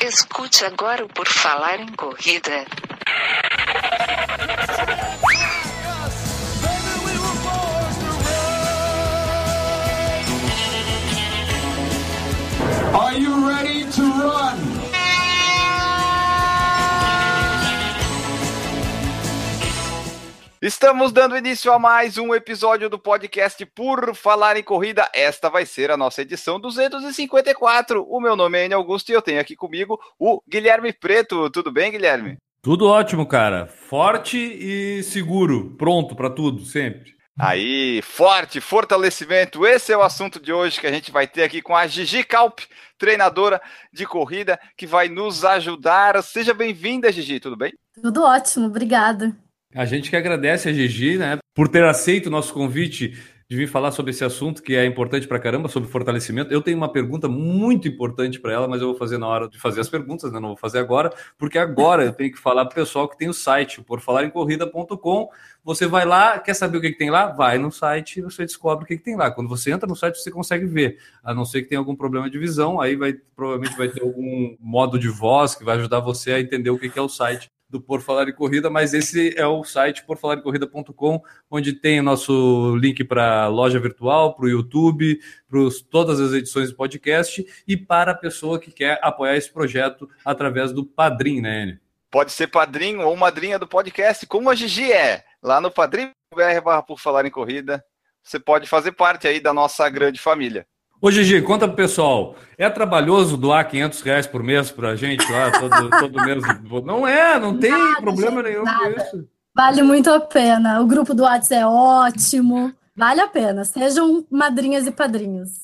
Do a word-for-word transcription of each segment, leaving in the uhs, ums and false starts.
Escute agora o Por Falar em Corrida. Are you ready to run? Estamos dando início a mais um episódio do podcast Por Falar em Corrida. Esta vai ser a nossa edição duzentos e cinquenta e quatro. O meu nome é Enio Augusto e eu tenho aqui comigo o Guilherme Preto. Tudo bem, Guilherme? Tudo ótimo, cara. Forte e seguro. Pronto para tudo, sempre. Aí, forte, fortalecimento. Esse é o assunto de hoje que a gente vai ter aqui com a Gigi Kalp, treinadora de corrida, que vai nos ajudar. Seja bem-vinda, Gigi. Tudo bem? Tudo ótimo, obrigada. A gente que agradece a Gigi, né, por ter aceito o nosso convite de vir falar sobre esse assunto que é importante pra caramba, sobre fortalecimento. Eu tenho uma pergunta muito importante para ela, mas eu vou fazer na hora de fazer as perguntas, né? Não vou fazer agora, porque agora eu tenho que falar pro pessoal que tem o site, por falar em corrida ponto com. Você vai lá, quer saber o que, que tem lá? Vai no site e você descobre o que, que tem lá. Quando você entra no site, você consegue ver, a não ser que tenha algum problema de visão, aí vai, provavelmente vai ter algum modo de voz que vai ajudar você a entender o que, que é o site do Por Falar em Corrida, mas esse é o site por falar em corrida ponto com, onde tem o nosso link para a loja virtual, para o YouTube, para todas as edições do podcast e para a pessoa que quer apoiar esse projeto através do Padrim, né, Enio? Pode ser padrinho ou madrinha do podcast, como a Gigi é. Lá no padrim ponto b r barra Por Falar em Corrida, você pode fazer parte aí da nossa grande família. Ô, Gigi, conta pro pessoal, é trabalhoso doar quinhentos reais por mês pra gente lá, todo, todo mês? Não é, não tem nada, problema gente, nenhum nada. com isso. Vale muito a pena. O grupo do WhatsApp é ótimo. Vale a pena. Sejam madrinhas e padrinhos.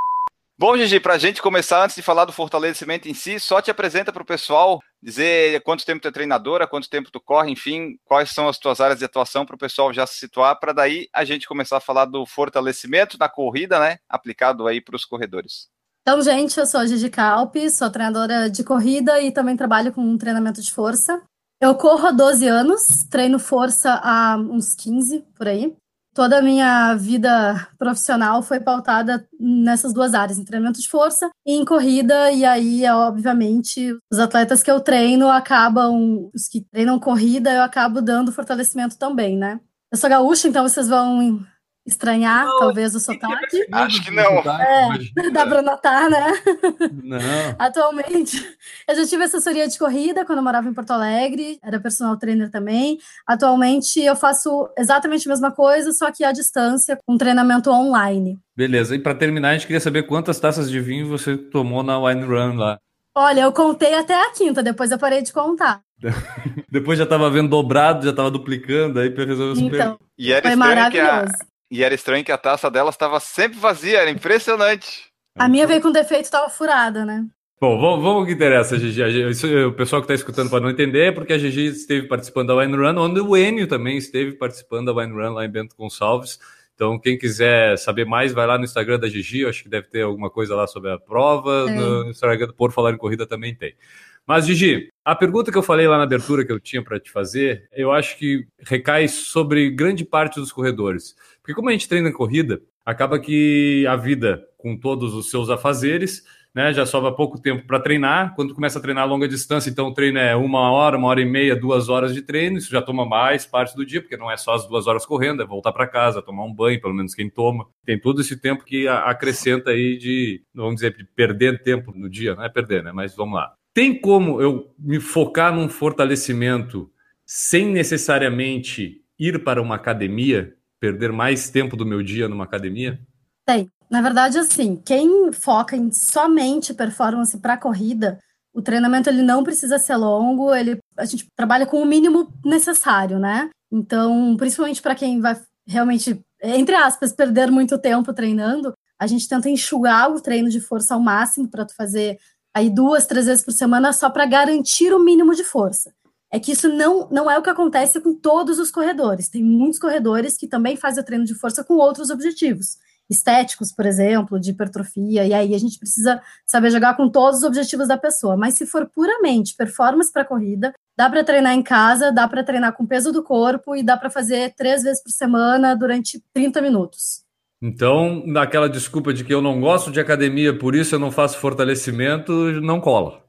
Bom, Gigi, para a gente começar, antes de falar do fortalecimento em si, só te apresenta para o pessoal, dizer quanto tempo tu é treinadora, quanto tempo tu corre, enfim, quais são as tuas áreas de atuação para o pessoal já se situar, para daí a gente começar a falar do fortalecimento na corrida, né, aplicado aí para os corredores. Então, gente, eu sou a Gigi Kalp, sou treinadora de corrida e também trabalho com treinamento de força. Eu corro há doze anos, treino força há uns quinze, por aí. Toda a minha vida profissional foi pautada nessas duas áreas, em treinamento de força e em corrida, e aí, obviamente, os atletas que eu treino acabam, os que treinam corrida, eu acabo dando fortalecimento também, né? Eu sou gaúcha, então vocês vão estranhar, não, talvez, o sotaque. Acho que não. É, dá pra notar, né? Não. Atualmente, eu já tive assessoria de corrida quando eu morava em Porto Alegre, era personal trainer também. Atualmente, eu faço exatamente a mesma coisa, só que à distância, com treinamento online. Beleza, e para terminar, a gente queria saber quantas taças de vinho você tomou na Wine Run lá. Olha, eu contei até a quinta, depois eu parei de contar. Depois já estava vendo dobrado, já estava duplicando, aí resolveu super... Então, e era foi maravilhoso. A... E era estranho que a taça dela estava sempre vazia, era impressionante. A minha veio com defeito, estava furada, né? Bom, vamos, vamos ao que interessa, Gigi. Isso, o pessoal que está escutando para não entender é porque a Gigi esteve participando da Wine Run, onde o Enio também esteve participando da Wine Run lá em Bento Gonçalves. Então, quem quiser saber mais, vai lá no Instagram da Gigi, eu acho que deve ter alguma coisa lá sobre a prova, é. No Instagram do Por Falar em Corrida também tem. Mas, Gigi, a pergunta que eu falei lá na abertura que eu tinha para te fazer, eu acho que recai sobre grande parte dos corredores. Porque como a gente treina em corrida, acaba que a vida, com todos os seus afazeres, né, já sobra pouco tempo para treinar. Quando começa a treinar a longa distância, então o treino é uma hora, uma hora e meia, duas horas de treino. Isso já toma mais parte do dia, porque não é só as duas horas correndo, é voltar para casa, tomar um banho, pelo menos quem toma. Tem todo esse tempo que acrescenta aí de, vamos dizer, de perder tempo no dia. Não é perder, né? Mas vamos lá. Tem como eu me focar num fortalecimento sem necessariamente ir para uma academia, perder mais tempo do meu dia numa academia? Tem. Na verdade, assim, quem foca em somente performance para corrida, o treinamento ele não precisa ser longo, ele, a gente trabalha com o mínimo necessário, né? Então, principalmente para quem vai realmente, entre aspas, perder muito tempo treinando, a gente tenta enxugar o treino de força ao máximo para tu fazer aí duas, três vezes por semana só para garantir o mínimo de força. É que isso não, não é o que acontece com todos os corredores. Tem muitos corredores que também fazem o treino de força com outros objetivos. Estéticos, por exemplo, de hipertrofia, e aí a gente precisa saber jogar com todos os objetivos da pessoa. Mas se for puramente performance para corrida, dá para treinar em casa, dá para treinar com o peso do corpo e dá para fazer três vezes por semana durante trinta minutos. Então, naquela desculpa de que eu não gosto de academia, por isso eu não faço fortalecimento, não cola.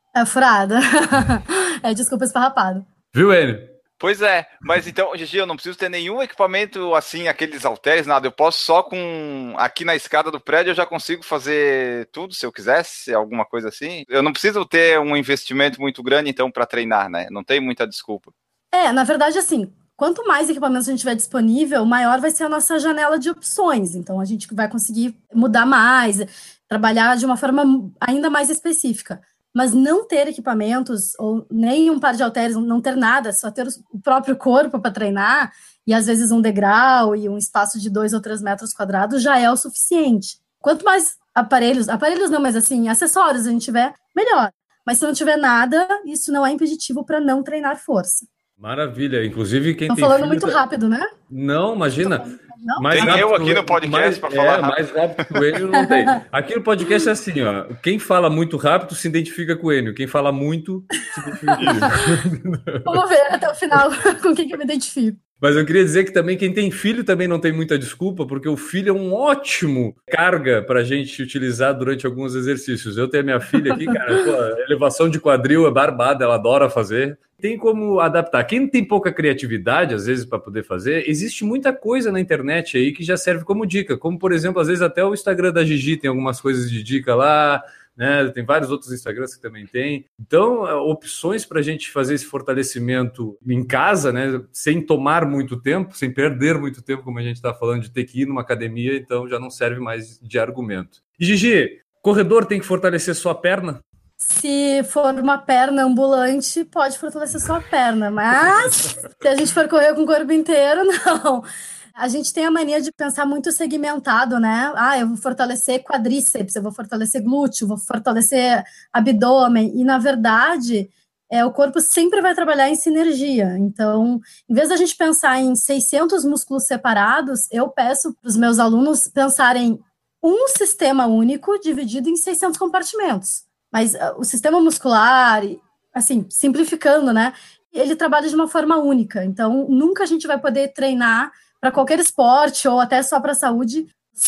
É furada. É desculpa esfarrapado. Viu, Enio? Pois é, mas então, Gigi, eu não preciso ter nenhum equipamento assim, aqueles halteres, nada. Eu posso só com... Aqui na escada do prédio eu já consigo fazer tudo, se eu quisesse, alguma coisa assim. Eu não preciso ter um investimento muito grande, então, para treinar, né? Não tem muita desculpa. É, na verdade, assim, quanto mais equipamentos a gente tiver disponível, maior vai ser a nossa janela de opções. Então, a gente vai conseguir mudar mais, trabalhar de uma forma ainda mais específica. Mas não ter equipamentos, ou nem um par de halteres, não ter nada, só ter o próprio corpo para treinar, e às vezes um degrau e um espaço de dois ou três metros quadrados já é o suficiente. Quanto mais aparelhos, aparelhos não, mas assim, acessórios a gente tiver, melhor. Mas se não tiver nada, isso não é impeditivo para não treinar força. Maravilha. Inclusive, quem Tô tem falando filho muito tá... rápido, né? Não, imagina. Não? Mais tem eu aqui no podcast para falar é, rápido. Mais rápido que o Enio não tem. Aqui no podcast é assim, ó. Quem fala muito rápido se identifica com o Enio. Quem fala muito se identifica comigo. Vamos ver até o final com quem que eu me identifico. Mas eu queria dizer que também quem tem filho também não tem muita desculpa, porque o filho é um ótimo carga para a gente utilizar durante alguns exercícios. Eu tenho a minha filha aqui, cara, pô, elevação de quadril é barbada, ela adora fazer. Tem como adaptar. Quem tem pouca criatividade, às vezes, para poder fazer, existe muita coisa na internet aí que já serve como dica. Como, por exemplo, às vezes até o Instagram da Gigi tem algumas coisas de dica lá, né? Tem vários outros Instagrams que também tem. Então, opções para a gente fazer esse fortalecimento em casa, né? Sem tomar muito tempo, sem perder muito tempo, como a gente está falando, de ter que ir numa academia, então já não serve mais de argumento. E, Gigi, corredor tem que fortalecer só a perna? Se for uma perna ambulante, pode fortalecer só a perna, mas se a gente for correr com o corpo inteiro, não. A gente tem a mania de pensar muito segmentado, né? Ah, eu vou fortalecer quadríceps, eu vou fortalecer glúteo, vou fortalecer abdômen. E, na verdade, é, o corpo sempre vai trabalhar em sinergia. Então, em vez da gente pensar em seiscentos músculos separados, eu peço para os meus alunos pensarem um sistema único dividido em seiscentos compartimentos. Mas uh, o sistema muscular, assim, simplificando, né? Ele trabalha de uma forma única. Então, nunca a gente vai poder treinar para qualquer esporte ou até só para a saúde,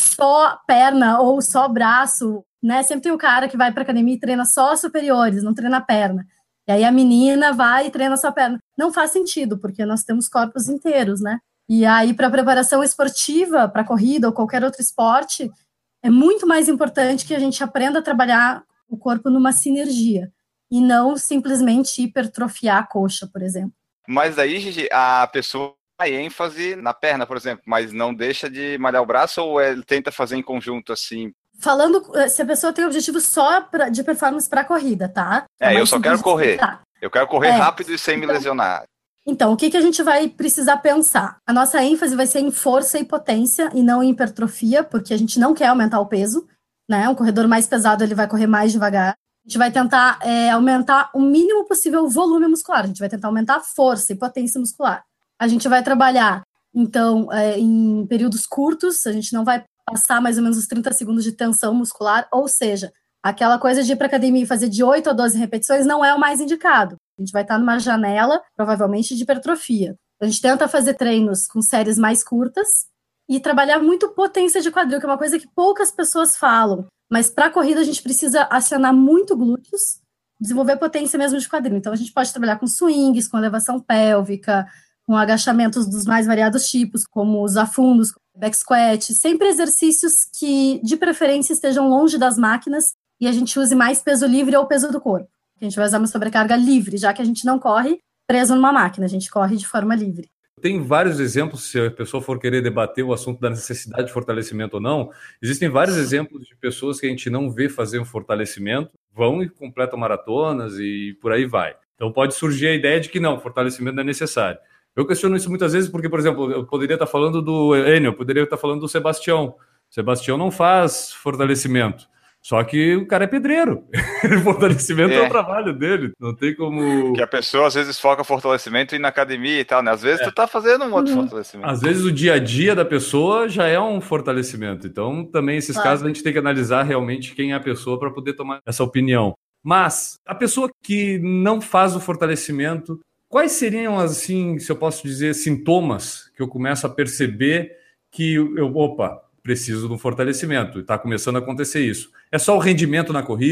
só perna ou só braço, né? Sempre tem o cara que vai para academia e treina só superiores, não treina perna. E aí a menina vai e treina só perna. Não faz sentido, porque nós temos corpos inteiros, né? E aí, para preparação esportiva, para corrida ou qualquer outro esporte, é muito mais importante que a gente aprenda a trabalhar o corpo numa sinergia e não simplesmente hipertrofiar a coxa, por exemplo. Mas aí, Gigi, a pessoa dá ênfase na perna, por exemplo, mas não deixa de malhar o braço ou ele tenta fazer em conjunto assim? Falando, se a pessoa tem objetivo só pra, de performance para corrida, tá? É, é eu só quero correr. Eu quero correr é, rápido e sem então, me lesionar. Então, o que, que a gente vai precisar pensar? A nossa ênfase vai ser em força e potência e não em hipertrofia, porque a gente não quer aumentar o peso. Né? Um corredor mais pesado ele vai correr mais devagar. A gente vai tentar é, aumentar o mínimo possível o volume muscular. A gente vai tentar aumentar a força e potência muscular. A gente vai trabalhar, então, é, em períodos curtos. A gente não vai passar mais ou menos os trinta segundos de tensão muscular. Ou seja, aquela coisa de ir para a academia e fazer de oito a doze repetições não é o mais indicado. A gente vai estar numa janela, provavelmente, de hipertrofia. A gente tenta fazer treinos com séries mais curtas e trabalhar muito potência de quadril, que é uma coisa que poucas pessoas falam. Mas para a corrida a gente precisa acionar muito glúteos, desenvolver potência mesmo de quadril. Então a gente pode trabalhar com swings, com elevação pélvica, com agachamentos dos mais variados tipos, como os afundos, back squat, sempre exercícios que, de preferência, estejam longe das máquinas e a gente use mais peso livre ou peso do corpo. A gente vai usar uma sobrecarga livre, já que a gente não corre preso numa máquina, a gente corre de forma livre. Tem vários exemplos, se a pessoa for querer debater o assunto da necessidade de fortalecimento ou não, existem vários exemplos de pessoas que a gente não vê fazer um fortalecimento, vão e completam maratonas e por aí vai. Então pode surgir a ideia de que não, fortalecimento não é necessário. Eu questiono isso muitas vezes porque, por exemplo, eu poderia estar falando do Enio, eu poderia estar falando do Sebastião. O Sebastião não faz fortalecimento. Só que o cara é pedreiro. O fortalecimento é. é o trabalho dele. Não tem como... Que a pessoa às vezes foca fortalecimento e ir na academia e tal, né? Às vezes é. tu tá fazendo um outro uhum. fortalecimento. Às vezes o dia a dia da pessoa já é um fortalecimento. Então, também esses ah. casos a gente tem que analisar realmente quem é a pessoa para poder tomar essa opinião. Mas, a pessoa que não faz o fortalecimento, quais seriam, assim, se eu posso dizer, sintomas que eu começo a perceber que eu... Opa... preciso de um fortalecimento, está começando a acontecer isso. É só o rendimento na corrida,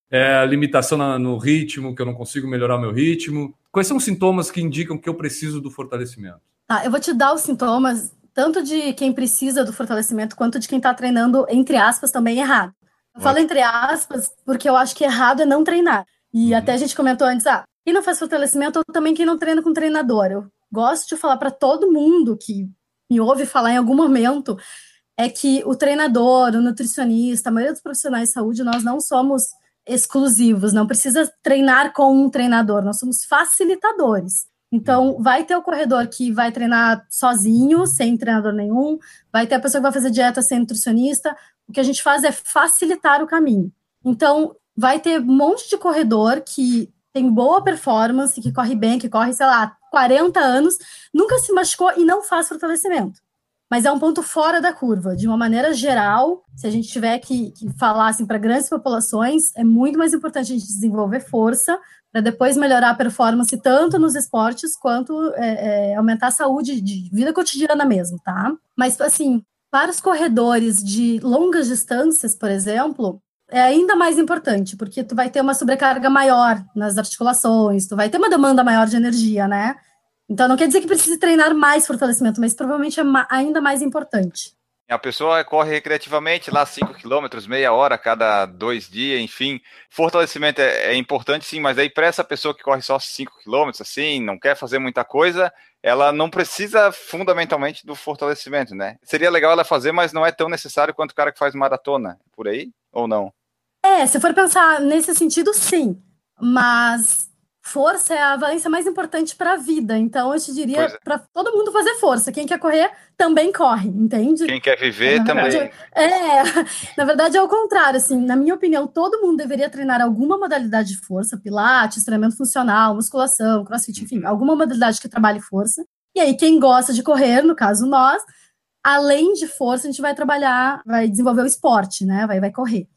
É a limitação na, no ritmo, que eu não consigo melhorar o meu ritmo? Quais são os sintomas que indicam que eu preciso do fortalecimento? Tá, eu vou te dar os sintomas, tanto de quem precisa do fortalecimento, quanto de quem está treinando, entre aspas, também errado. Eu Ótimo. falo entre aspas, porque eu acho que errado é não treinar. E uhum. até a gente comentou antes, ah, quem não faz fortalecimento, ou também quem não treina com treinador. Eu gosto de falar para todo mundo que me ouve falar em algum momento, é que o treinador, o nutricionista, a maioria dos profissionais de saúde, nós não somos exclusivos, não precisa treinar com um treinador, nós somos facilitadores. Então, vai ter o corredor que vai treinar sozinho, sem treinador nenhum, vai ter a pessoa que vai fazer dieta sem nutricionista. O que a gente faz é facilitar o caminho. Então, vai ter um monte de corredor que tem boa performance, que corre bem, que corre, sei lá, quarenta anos, nunca se machucou e não faz fortalecimento. Mas é um ponto fora da curva. De uma maneira geral, se a gente tiver que, que falar assim, para grandes populações, é muito mais importante a gente desenvolver força para depois melhorar a performance tanto nos esportes quanto é, é, aumentar a saúde de vida cotidiana mesmo, tá? Mas, assim, para os corredores de longas distâncias, por exemplo, é ainda mais importante, porque tu vai ter uma sobrecarga maior nas articulações, tu vai ter uma demanda maior de energia, né? Então, não quer dizer que precise treinar mais fortalecimento, mas provavelmente é ma- ainda mais importante. A pessoa corre recreativamente lá cinco quilômetros, meia hora a cada dois dias, enfim. Fortalecimento é, é importante sim, mas aí para essa pessoa que corre só cinco quilômetros, assim, não quer fazer muita coisa, ela não precisa fundamentalmente do fortalecimento, né? Seria legal ela fazer, mas não é tão necessário quanto o cara que faz maratona, por aí, ou não? É, se for pensar nesse sentido, sim. Mas força é a valência mais importante para a vida. Então, eu te diria é. para todo mundo fazer força. Quem quer correr, também corre, entende? Quem quer viver, na também. Verdade, é, na verdade, é o contrário. Assim, na minha opinião, todo mundo deveria treinar alguma modalidade de força. Pilates, treinamento funcional, musculação, crossfit, enfim. Alguma modalidade que trabalhe força. E aí, quem gosta de correr, no caso nós, além de força, a gente vai trabalhar, vai desenvolver o esporte, né? Vai, vai correr.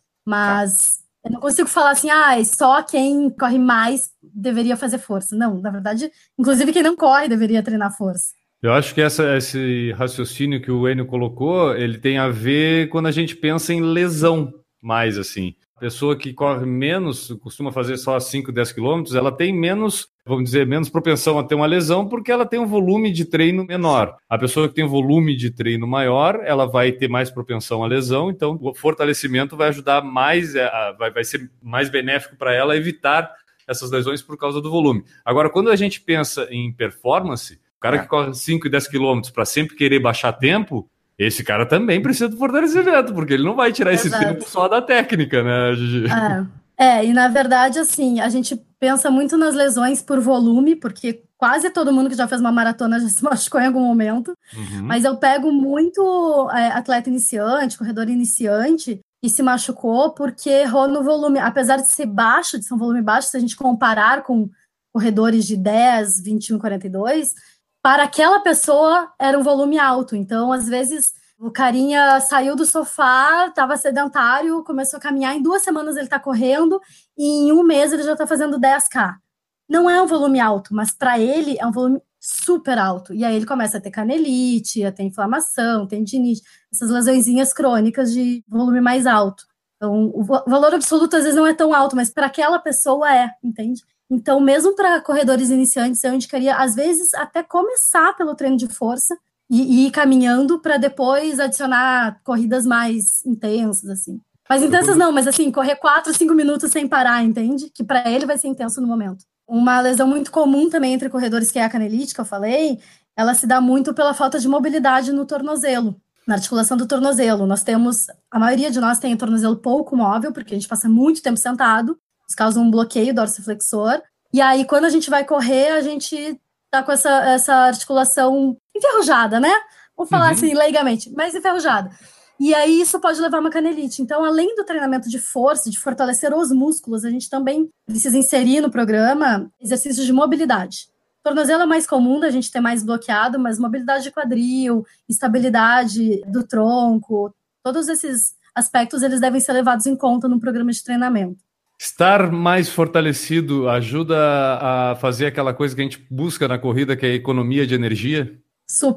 Mas eu não consigo falar assim, ah, só quem corre mais deveria fazer força. Não, na verdade, inclusive quem não corre deveria treinar força. Eu acho que essa, esse raciocínio que o Enio colocou, ele tem a ver quando a gente pensa em lesão mais, assim. A pessoa que corre menos, costuma fazer só cinco, dez quilômetros, ela tem menos, vamos dizer, menos propensão a ter uma lesão porque ela tem um volume de treino menor. A pessoa que tem um volume de treino maior, ela vai ter mais propensão à lesão, então o fortalecimento vai ajudar mais, a, vai, vai ser mais benéfico para ela evitar essas lesões por causa do volume. Agora, quando a gente pensa em performance, o cara que corre cinco e dez quilômetros para sempre querer baixar tempo, esse cara também precisa do fortalecimento, porque ele não vai tirar Exato. Esse tempo só da técnica, né, Gigi? É, é, e na verdade, assim, a gente pensa muito nas lesões por volume, porque quase todo mundo que já fez uma maratona já se machucou em algum momento, uhum. Mas eu pego muito é, atleta iniciante, corredor iniciante, e se machucou porque errou no volume, apesar de ser baixo, de ser um volume baixo, se a gente comparar com corredores de dez, vinte e um, quarenta e dois, para aquela pessoa era um volume alto. Então, às vezes, o carinha saiu do sofá, estava sedentário, começou a caminhar, em duas semanas ele está correndo e em um mês ele já está fazendo dez quilometros. Não é um volume alto, mas para ele é um volume super alto. E aí ele começa a ter canelite, a ter inflamação, tendinite, essas lesõezinhas crônicas de volume mais alto. Então, o valor absoluto às vezes não é tão alto, mas para aquela pessoa é, entende? Então, mesmo para corredores iniciantes, eu indicaria, às vezes, até começar pelo treino de força e, e ir caminhando para depois adicionar corridas mais intensas, assim. Mais intensas não, mas assim, correr quatro, cinco minutos sem parar, entende? Que para ele vai ser intenso no momento. Uma lesão muito comum também entre corredores, que é a canelite, que eu falei, ela se dá muito pela falta de mobilidade no tornozelo, na articulação do tornozelo. Nós temos, a maioria de nós tem o tornozelo pouco móvel, porque a gente passa muito tempo sentado, isso causa um bloqueio dorsiflexor, e aí quando a gente vai correr, a gente tá com essa, essa articulação enferrujada, né? Vou falar uhum. assim, leigamente, mas enferrujada. E aí isso pode levar a uma canelite. Então, além do treinamento de força, de fortalecer os músculos, a gente também precisa inserir no programa exercícios de mobilidade. Tornozelo é mais comum da gente ter mais bloqueado, mas mobilidade de quadril, estabilidade do tronco, todos esses aspectos, eles devem ser levados em conta no programa de treinamento. Estar mais fortalecido ajuda a fazer aquela coisa que a gente busca na corrida, que é a economia de energia? Super.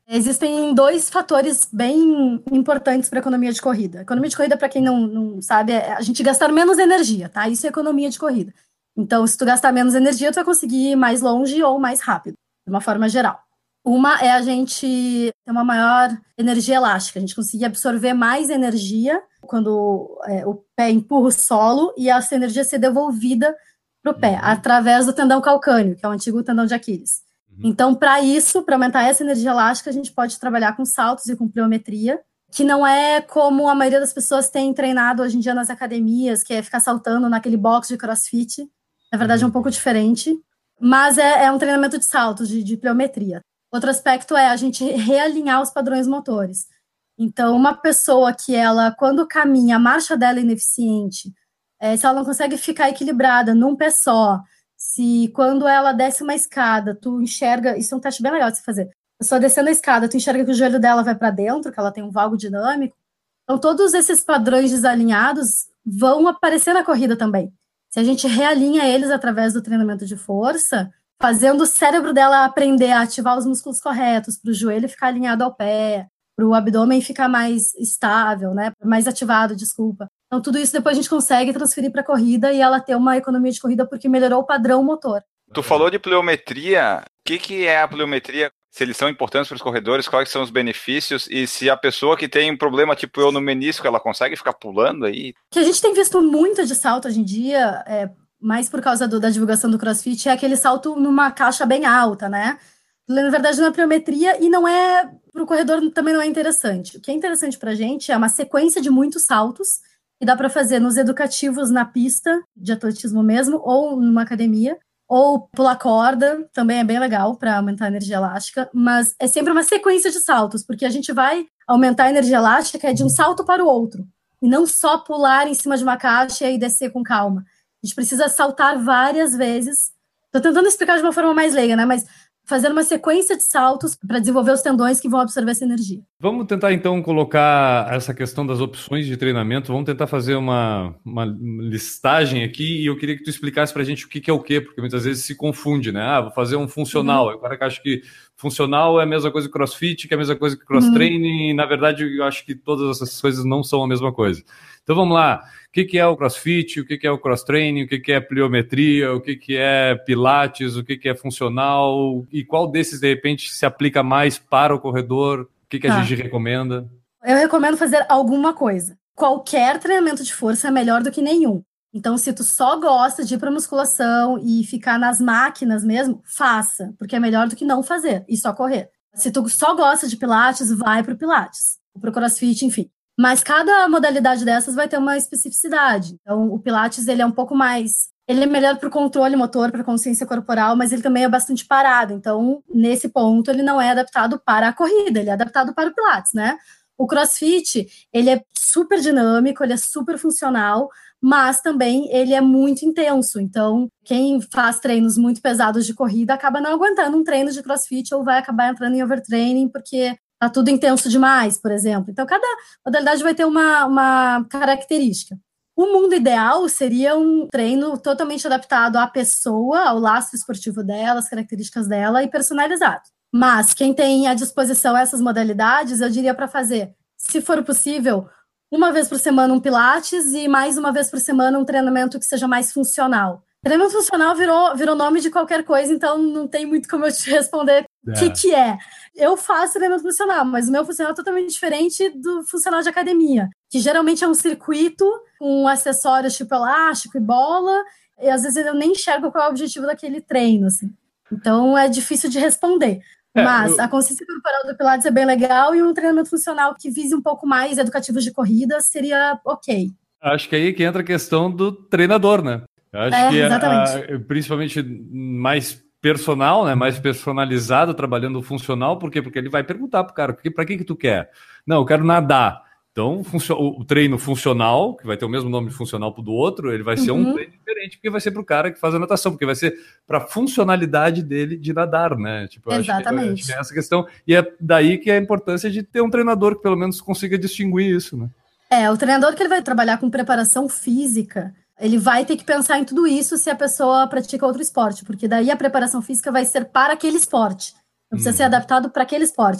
Existem dois fatores bem importantes para a economia de corrida. A economia de corrida, para quem não, não sabe, é a gente gastar menos energia, tá? Isso é economia de corrida. Então, se tu gastar menos energia, tu vai conseguir ir mais longe ou mais rápido, de uma forma geral. Uma é a gente ter uma maior energia elástica, a gente conseguir absorver mais energia quando é, o pé empurra o solo e essa energia ser devolvida para o pé, uhum. através do tendão calcâneo, que é o antigo tendão de Aquiles. Uhum. Então, para isso, para aumentar essa energia elástica, a gente pode trabalhar com saltos e com pliometria, que não é como a maioria das pessoas tem treinado hoje em dia nas academias, que é ficar saltando naquele box de crossfit. Na verdade, é um pouco diferente, mas é, é um treinamento de saltos, de, de pliometria. Outro aspecto é a gente realinhar os padrões motores. Então, uma pessoa que ela, quando caminha, a marcha dela é ineficiente, é, se ela não consegue ficar equilibrada num pé só, se quando ela desce uma escada, tu enxerga, isso é um teste bem legal de se fazer, a pessoa descendo a escada, tu enxerga que o joelho dela vai para dentro, que ela tem um valgo dinâmico, então todos esses padrões desalinhados vão aparecer na corrida também. Se a gente realinha eles através do treinamento de força, fazendo o cérebro dela aprender a ativar os músculos corretos, para o joelho ficar alinhado ao pé, para o abdômen ficar mais estável, né? Mais ativado, desculpa. Então, tudo isso depois a gente consegue transferir para a corrida e ela ter uma economia de corrida porque melhorou o padrão motor. Tu falou de pliometria. O que, que é a pliometria? Se eles são importantes para os corredores, quais são os benefícios? E se a pessoa que tem um problema tipo eu no menisco, ela consegue ficar pulando aí? O que a gente tem visto muito de salto hoje em dia, é, mais por causa do, da divulgação do CrossFit, é aquele salto numa caixa bem alta, né? Na verdade, não é pliometria e não é, para o corredor também não é interessante. O que é interessante para a gente é uma sequência de muitos saltos que dá para fazer nos educativos na pista, de atletismo mesmo, ou numa academia, ou pular corda, também é bem legal para aumentar a energia elástica, mas é sempre uma sequência de saltos, porque a gente vai aumentar a energia elástica de um salto para o outro, e não só pular em cima de uma caixa e descer com calma. A gente precisa saltar várias vezes. Estou tentando explicar de uma forma mais leiga, né? Mas fazer uma sequência de saltos para desenvolver os tendões que vão absorver essa energia. Vamos tentar, então, colocar essa questão das opções de treinamento. Vamos tentar fazer uma, uma listagem aqui e eu queria que tu explicasse para a gente o que, que é o quê, porque muitas vezes se confunde, né? Ah, vou fazer um funcional. Uhum. O cara que acha que funcional é a mesma coisa que crossfit, que é a mesma coisa que cross-training, uhum. e, na verdade, eu acho que todas essas coisas não são a mesma coisa. Então, vamos lá. O que, que é o crossfit, o que, que é o cross-training, o que, que é pliometria, o que, que é pilates, o que, que é funcional e qual desses, de repente, se aplica mais para o corredor? O que, que a ah. Gigi recomenda? Eu recomendo fazer alguma coisa. Qualquer treinamento de força é melhor do que nenhum. Então, se tu só gosta de ir para musculação e ficar nas máquinas mesmo, faça, porque é melhor do que não fazer e só correr. Se tu só gosta de pilates, vai para o pilates, ou para o crossfit, enfim. Mas cada modalidade dessas vai ter uma especificidade. Então, o pilates, ele é um pouco mais... Ele é melhor para o controle motor, para a consciência corporal, mas ele também é bastante parado. Então, nesse ponto, ele não é adaptado para a corrida, ele é adaptado para o pilates, né? O crossfit, ele é super dinâmico, ele é super funcional, mas também ele é muito intenso. Então, quem faz treinos muito pesados de corrida acaba não aguentando um treino de crossfit ou vai acabar entrando em overtraining, porque tá tudo intenso demais, por exemplo. Então, cada modalidade vai ter uma, uma característica. O mundo ideal seria um treino totalmente adaptado à pessoa, ao laço esportivo dela, às características dela e personalizado. Mas quem tem à disposição essas modalidades, eu diria para fazer, se for possível, uma vez por semana um pilates e mais uma vez por semana um treinamento que seja mais funcional. Treinamento funcional virou, virou nome de qualquer coisa, então não tem muito como eu te responder o é. que, que é. Eu faço treinamento funcional, mas o meu funcional é totalmente diferente do funcional de academia, que geralmente é um circuito com acessórios tipo elástico e bola, e às vezes eu nem enxergo qual é o objetivo daquele treino, assim. Então é difícil de responder. É, mas eu... a consciência corporal do Pilates é bem legal e um treinamento funcional que vise um pouco mais educativo de corrida seria ok. Acho que aí que entra a questão do treinador, né? Eu acho é, que é, a, principalmente mais personal, né, mais personalizado, trabalhando funcional, por quê? Porque ele vai perguntar pro cara, para que que tu quer? Não, eu quero nadar. Então, o treino funcional, que vai ter o mesmo nome funcional pro do outro, ele vai ser uhum. um treino diferente, porque vai ser pro cara que faz a natação, porque vai ser para a funcionalidade dele de nadar, né? Tipo, eu Exatamente. Acho que, eu acho que é essa questão, e é daí que é a importância de ter um treinador que pelo menos consiga distinguir isso, né? É, o treinador que ele vai trabalhar com preparação física, ele vai ter que pensar em tudo isso se a pessoa pratica outro esporte, porque daí a preparação física vai ser para aquele esporte. Não precisa hum. ser adaptado para aquele esporte.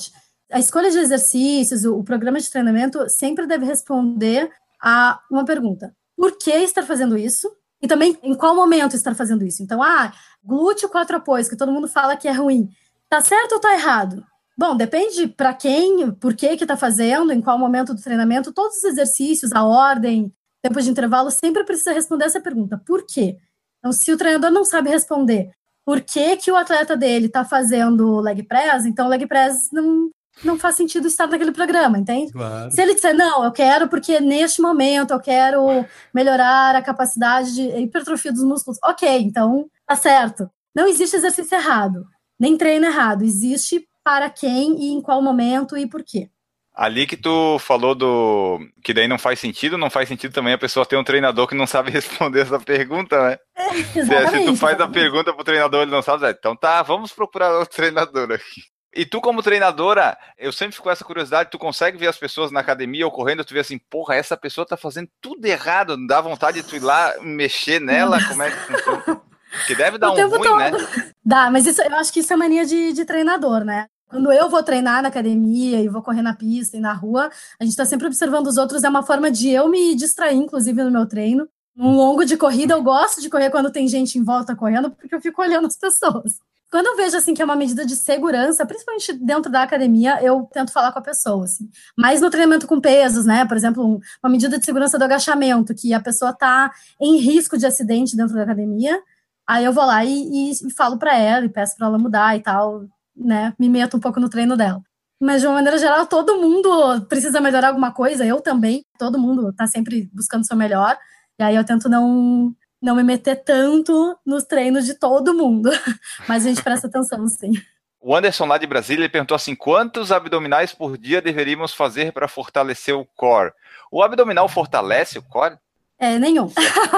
A escolha de exercícios, o, o programa de treinamento sempre deve responder a uma pergunta. Por que estar fazendo isso? E também, em qual momento estar fazendo isso? Então, ah, glúteo quatro apoios, que todo mundo fala que é ruim. Tá certo ou tá errado? Bom, depende para quem, por que que tá fazendo, em qual momento do treinamento, todos os exercícios, a ordem, tempo de intervalo, sempre precisa responder essa pergunta. Por quê? Então, se o treinador não sabe responder por que que o atleta dele tá fazendo leg press, então o leg press não, não faz sentido estar naquele programa, entende? Claro. Se ele disser, não, eu quero porque neste momento eu quero melhorar a capacidade de hipertrofia dos músculos, ok, então tá certo. Não existe exercício errado, nem treino errado, existe para quem e em qual momento e por quê. Ali que tu falou do... que daí não faz sentido, não faz sentido também a pessoa ter um treinador que não sabe responder essa pergunta, né? É, se, exatamente, se tu faz exatamente. a pergunta pro treinador e ele não sabe, então tá, vamos procurar outro treinador aqui. E tu como treinadora, eu sempre fico com essa curiosidade, tu consegue ver as pessoas na academia ou correndo, tu vê assim, porra, essa pessoa tá fazendo tudo errado, não dá vontade de tu ir lá mexer nela, como é que funciona? Que deve dar O um tempo ruim, todo. né? Dá, mas isso, eu acho que isso é mania de, de treinador, né? Quando eu vou treinar na academia e vou correr na pista e na rua, a gente tá sempre observando os outros, é uma forma de eu me distrair, inclusive, no meu treino. Num longo de corrida, eu gosto de correr quando tem gente em volta correndo, porque eu fico olhando as pessoas. Quando eu vejo, assim, que é uma medida de segurança, principalmente dentro da academia, eu tento falar com a pessoa, assim. Mas no treinamento com pesos, né, por exemplo, um, uma medida de segurança do agachamento, que a pessoa tá em risco de acidente dentro da academia, aí eu vou lá e, e, e falo pra ela, e peço pra ela mudar e tal, né, me meto um pouco no treino dela. Mas, de uma maneira geral, todo mundo precisa melhorar alguma coisa, eu também, todo mundo tá sempre buscando o seu melhor, e aí eu tento não, não me meter tanto nos treinos de todo mundo, mas a gente presta atenção, sim. O Anderson lá de Brasília, ele perguntou assim, quantos abdominais por dia deveríamos fazer para fortalecer o core? O abdominal fortalece o core? É, nenhum.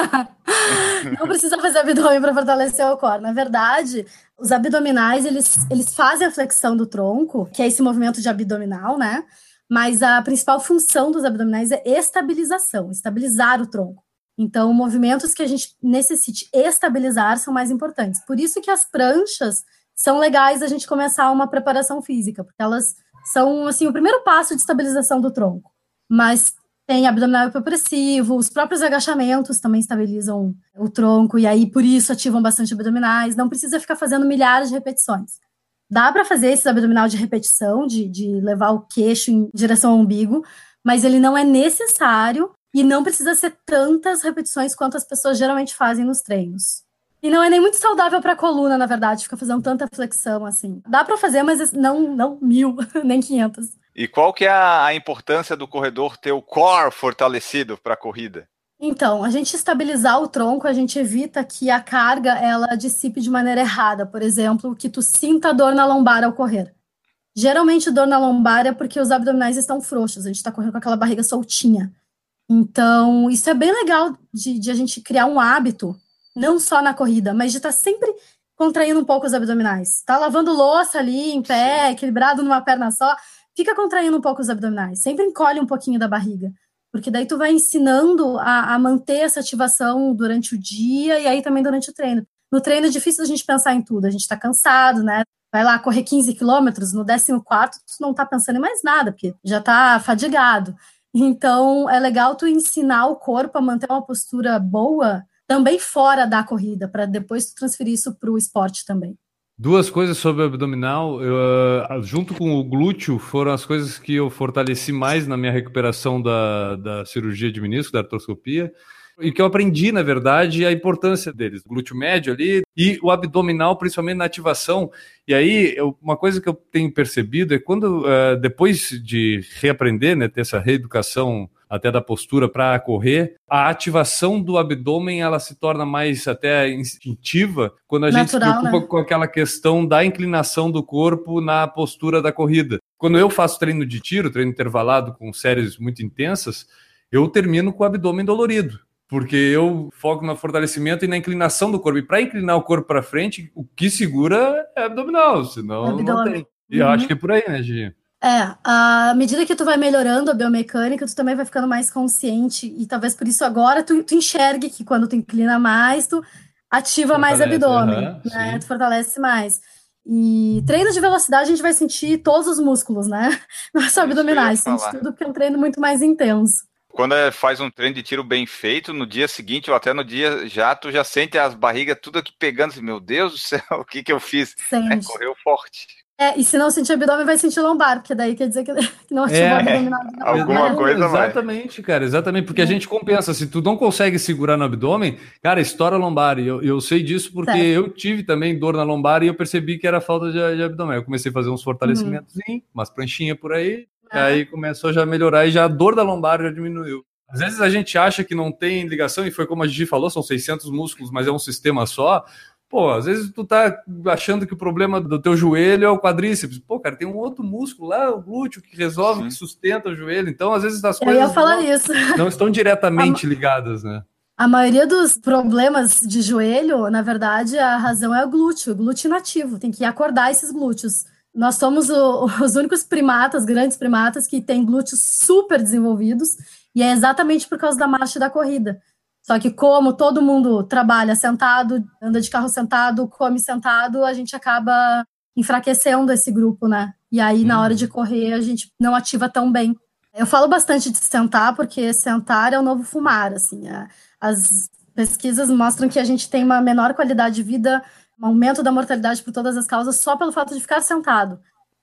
Não precisa fazer abdômen para fortalecer o core. Na verdade, os abdominais, eles, eles fazem a flexão do tronco, que é esse movimento de abdominal, né? Mas a principal função dos abdominais é estabilização, estabilizar o tronco. Então, movimentos que a gente necessite estabilizar são mais importantes. Por isso que as pranchas são legais a gente começar uma preparação física, porque elas são, assim, o primeiro passo de estabilização do tronco. Mas tem abdominal hipopressivo, os próprios agachamentos também estabilizam o tronco, e aí, por isso, ativam bastante abdominais. Não precisa ficar fazendo milhares de repetições. Dá para fazer esse abdominal de repetição, de, de levar o queixo em direção ao umbigo, mas ele não é necessário e não precisa ser tantas repetições quanto as pessoas geralmente fazem nos treinos. E não é nem muito saudável para a coluna, na verdade, ficar fazendo tanta flexão assim. Dá para fazer, mas não, não mil, nem quinhentas. E qual que é a, a importância do corredor ter o core fortalecido para a corrida? Então, a gente estabilizar o tronco, a gente evita que a carga ela dissipe de maneira errada. Por exemplo, que tu sinta dor na lombar ao correr. Geralmente, dor na lombar é porque os abdominais estão frouxos, a gente está correndo com aquela barriga soltinha. Então, isso é bem legal de, de a gente criar um hábito, não só na corrida, mas de estar tá sempre contraindo um pouco os abdominais. Tá lavando louça ali, em pé, equilibrado numa perna só, fica contraindo um pouco os abdominais. Sempre encolhe um pouquinho da barriga, porque daí tu vai ensinando a, a manter essa ativação durante o dia e aí também durante o treino. No treino é difícil a gente pensar em tudo, a gente tá cansado, né? Vai lá correr quinze quilômetros, no décimo quarto tu não tá pensando em mais nada, porque já tá fadigado. Então, é legal tu ensinar o corpo a manter uma postura boa também fora da corrida, para depois tu transferir isso para o esporte também. Duas coisas sobre o abdominal, eu, uh, junto com o glúteo, foram as coisas que eu fortaleci mais na minha recuperação da, da cirurgia de menisco, da artroscopia, e que eu aprendi, na verdade, a importância deles. O glúteo médio ali e o abdominal, principalmente na ativação. E aí, eu, uma coisa que eu tenho percebido é quando, uh, depois de reaprender, né, ter essa reeducação até da postura para correr, a ativação do abdômen ela se torna mais até instintiva quando a Natural, gente se preocupa, né, com aquela questão da inclinação do corpo na postura da corrida. Quando eu faço treino de tiro, treino intervalado com séries muito intensas, eu termino com o abdômen dolorido, porque eu foco no fortalecimento e na inclinação do corpo. E para inclinar o corpo para frente, o que segura é abdominal, senão abdômen. Não tem. E eu uhum. acho que é por aí, né, Gigi? É, à medida que tu vai melhorando a biomecânica, tu também vai ficando mais consciente e talvez por isso agora tu, tu enxergue que quando tu inclina mais, tu ativa fortalece, mais abdômen, uh-huh, né? Sim. Tu fortalece mais. E treino de velocidade a gente vai sentir todos os músculos, né? Não é só abdominais, sente tudo porque é um treino muito mais intenso. Quando faz um treino de tiro bem feito, no dia seguinte ou até no dia já, tu já sente as barrigas tudo aqui pegando, assim, meu Deus do céu, o que que eu fiz? É, correu forte. É, e se não sentir abdômen, vai sentir lombar, porque daí quer dizer que não ativou é, o abdominal. Alguma é, coisa vai. Exatamente, cara, exatamente, porque é. a gente compensa, se tu não consegue segurar no abdômen, cara, estoura a lombar, e eu, eu sei disso porque certo. eu tive também dor na lombar e eu percebi que era falta de, de abdômen, eu comecei a fazer uns fortalecimentos, uhum. umas pranchinhas por aí, é. e aí começou já a melhorar e já a dor da lombar já diminuiu. Às vezes a gente acha que não tem ligação, e foi como a Gigi falou, são seiscentos músculos, mas é um sistema só. Pô, às vezes tu tá achando que o problema do teu joelho é o quadríceps. Pô, cara, tem um outro músculo lá, o glúteo, que resolve, Sim. que sustenta o joelho. Então, às vezes, as coisas Eu ia falar não, isso. não estão diretamente a, ligadas, né? A maioria dos problemas de joelho, na verdade, a razão é o glúteo, o glúteo inativo. Tem que acordar esses glúteos. Nós somos o, os únicos primatas, grandes primatas, que têm glúteos super desenvolvidos, e é exatamente por causa da marcha e da corrida. Só que como todo mundo trabalha sentado, anda de carro sentado, come sentado, a gente acaba enfraquecendo esse grupo, né? E aí, na hora de correr, a gente não ativa tão bem. Eu falo bastante de sentar, porque sentar é o novo fumar, assim. As pesquisas mostram que a gente tem uma menor qualidade de vida, um aumento da mortalidade por todas as causas, só pelo fato de ficar sentado.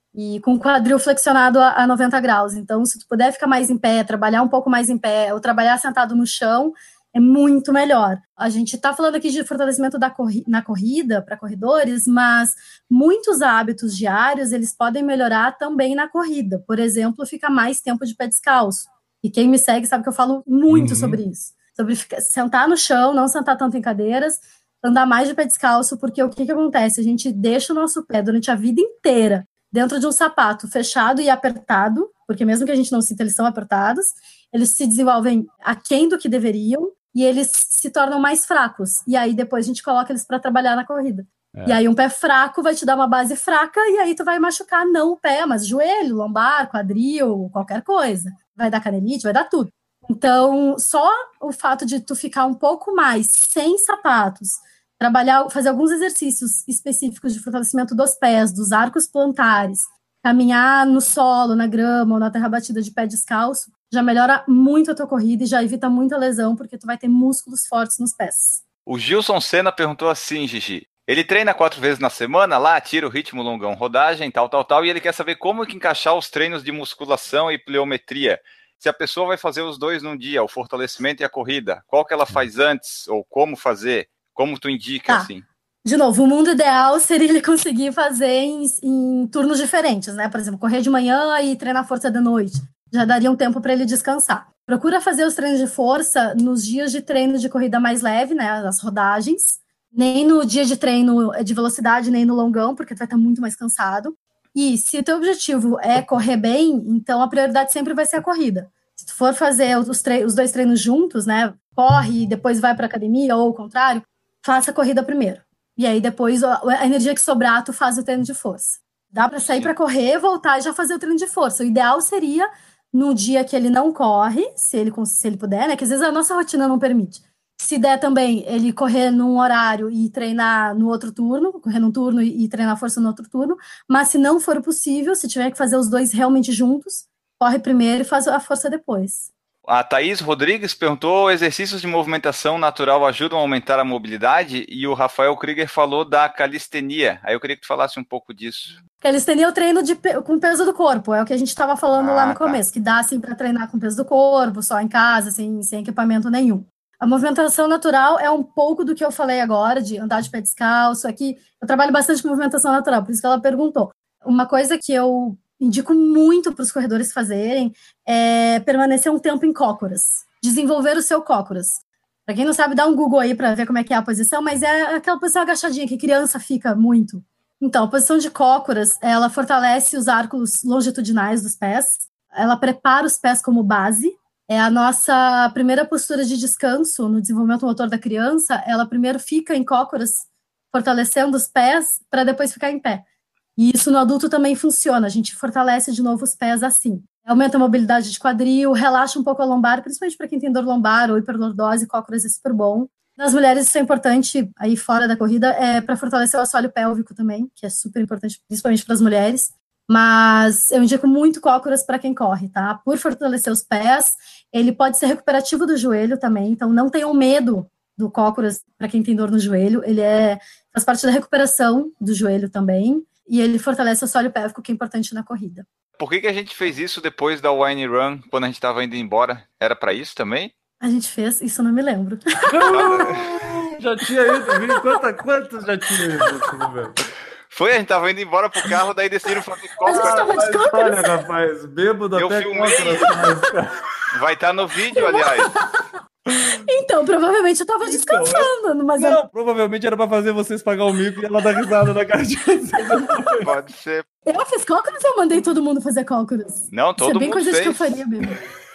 E com o quadril flexionado a noventa graus. Então, se tu puder ficar mais em pé, trabalhar um pouco mais em pé, ou trabalhar sentado no chão, é muito melhor. A gente está falando aqui de fortalecimento da corri- na corrida, para corredores, mas muitos hábitos diários, eles podem melhorar também na corrida. Por exemplo, ficar mais tempo de pé descalço. E quem me segue sabe que eu falo muito uhum. sobre isso. Sobre ficar, sentar no chão, não sentar tanto em cadeiras, andar mais de pé descalço, porque o que, que acontece? A gente deixa o nosso pé durante a vida inteira dentro de um sapato fechado e apertado, porque mesmo que a gente não sinta, eles estão apertados, eles se desenvolvem aquém do que deveriam, e eles se tornam mais fracos. E aí depois a gente coloca eles para trabalhar na corrida. É. E aí um pé fraco vai te dar uma base fraca, e aí tu vai machucar não o pé, mas joelho, lombar, quadril, qualquer coisa. Vai dar canelite, vai dar tudo. Então, só o fato de tu ficar um pouco mais sem sapatos, trabalhar, fazer alguns exercícios específicos de fortalecimento dos pés, dos arcos plantares, caminhar no solo, na grama ou na terra batida de pé descalço, já melhora muito a tua corrida e já evita muita lesão, porque tu vai ter músculos fortes nos pés. O Gilson Senna perguntou assim, Gigi, ele treina quatro vezes na semana, lá tira o ritmo, longão, rodagem, tal, tal, tal, e ele quer saber como que encaixar os treinos de musculação e pliometria. Se a pessoa vai fazer os dois num dia, o fortalecimento e a corrida, qual que ela faz antes, ou como fazer, como tu indica, tá. assim? De novo, o mundo ideal seria ele conseguir fazer em, em turnos diferentes, né? Por exemplo, correr de manhã e treinar força de noite. Já daria um tempo para ele descansar. Procura fazer os treinos de força nos dias de treino de corrida mais leve, né, as rodagens, nem no dia de treino de velocidade, nem no longão, porque tu vai estar muito mais cansado. E se o teu objetivo é correr bem, então a prioridade sempre vai ser a corrida. Se tu for fazer os, tre- os dois treinos juntos, né, corre e depois vai para academia, ou o contrário, faça a corrida primeiro. E aí depois a energia que sobrar, tu faz o treino de força. Dá para sair para correr, voltar e já fazer o treino de força. O ideal seria no dia que ele não corre, se ele, se ele puder, né? Que às vezes a nossa rotina não permite. Se der também, ele correr num horário e treinar no outro turno, correr num turno e, e treinar força no outro turno. Mas se não for possível, se tiver que fazer os dois realmente juntos, corre primeiro e faz a força depois. A Thaís Rodrigues perguntou, exercícios de movimentação natural ajudam a aumentar a mobilidade? E o Rafael Krieger falou da calistenia. Aí eu queria que tu falasse um pouco disso. Calistenia é o treino de, com peso do corpo, é o que a gente estava falando ah, lá no tá. começo, que dá assim para treinar com peso do corpo, só em casa, sem, sem equipamento nenhum. A movimentação natural é um pouco do que eu falei agora, de andar de pé descalço. Aqui eu trabalho bastante com movimentação natural, por isso que ela perguntou. Uma coisa que eu indico muito para os corredores fazerem é permanecer um tempo em cócoras, desenvolver o seu cócoras. Para quem não sabe, dá um Google aí para ver como é que é a posição, mas é aquela posição agachadinha que criança fica muito. Então, a posição de cócoras, ela fortalece os arcos longitudinais dos pés, ela prepara os pés como base, é a nossa primeira postura de descanso no desenvolvimento motor da criança, ela primeiro fica em cócoras, fortalecendo os pés, para depois ficar em pé. E isso no adulto também funciona, a gente fortalece de novo os pés assim. Aumenta a mobilidade de quadril, relaxa um pouco a lombar, principalmente para quem tem dor lombar ou hiperlordose, cócoras é super bom. Nas mulheres isso é importante, aí fora da corrida, é para fortalecer o assoalho pélvico também, que é super importante, principalmente para as mulheres. Mas eu indico muito cócoras para quem corre, tá? Por fortalecer os pés, ele pode ser recuperativo do joelho também, então não tenham medo do cócoras para quem tem dor no joelho, ele é, faz parte da recuperação do joelho também, e ele fortalece o assoalho pélvico, que é importante na corrida. Por que, que a gente fez isso depois da Wine Run, quando a gente estava indo embora? Era para isso também? A gente fez, isso eu não me lembro. Já tinha ido, quantas, quantas já tinha ido? Foi, a gente tava indo embora pro carro, daí decidiram fazer cócoras. Olha, rapaz, bêbado eu até filmei. Cócoras. Vai estar no vídeo, aliás. Então, provavelmente eu tava descansando, então, mas... Não, eu... provavelmente era pra fazer vocês pagar o mico e ela dar risada na cara de vocês. Pode ser. Eu fiz cócoras ou eu mandei todo mundo fazer cócoras? Não, todo Isso é bem mundo coisa fez. que eu faria mesmo.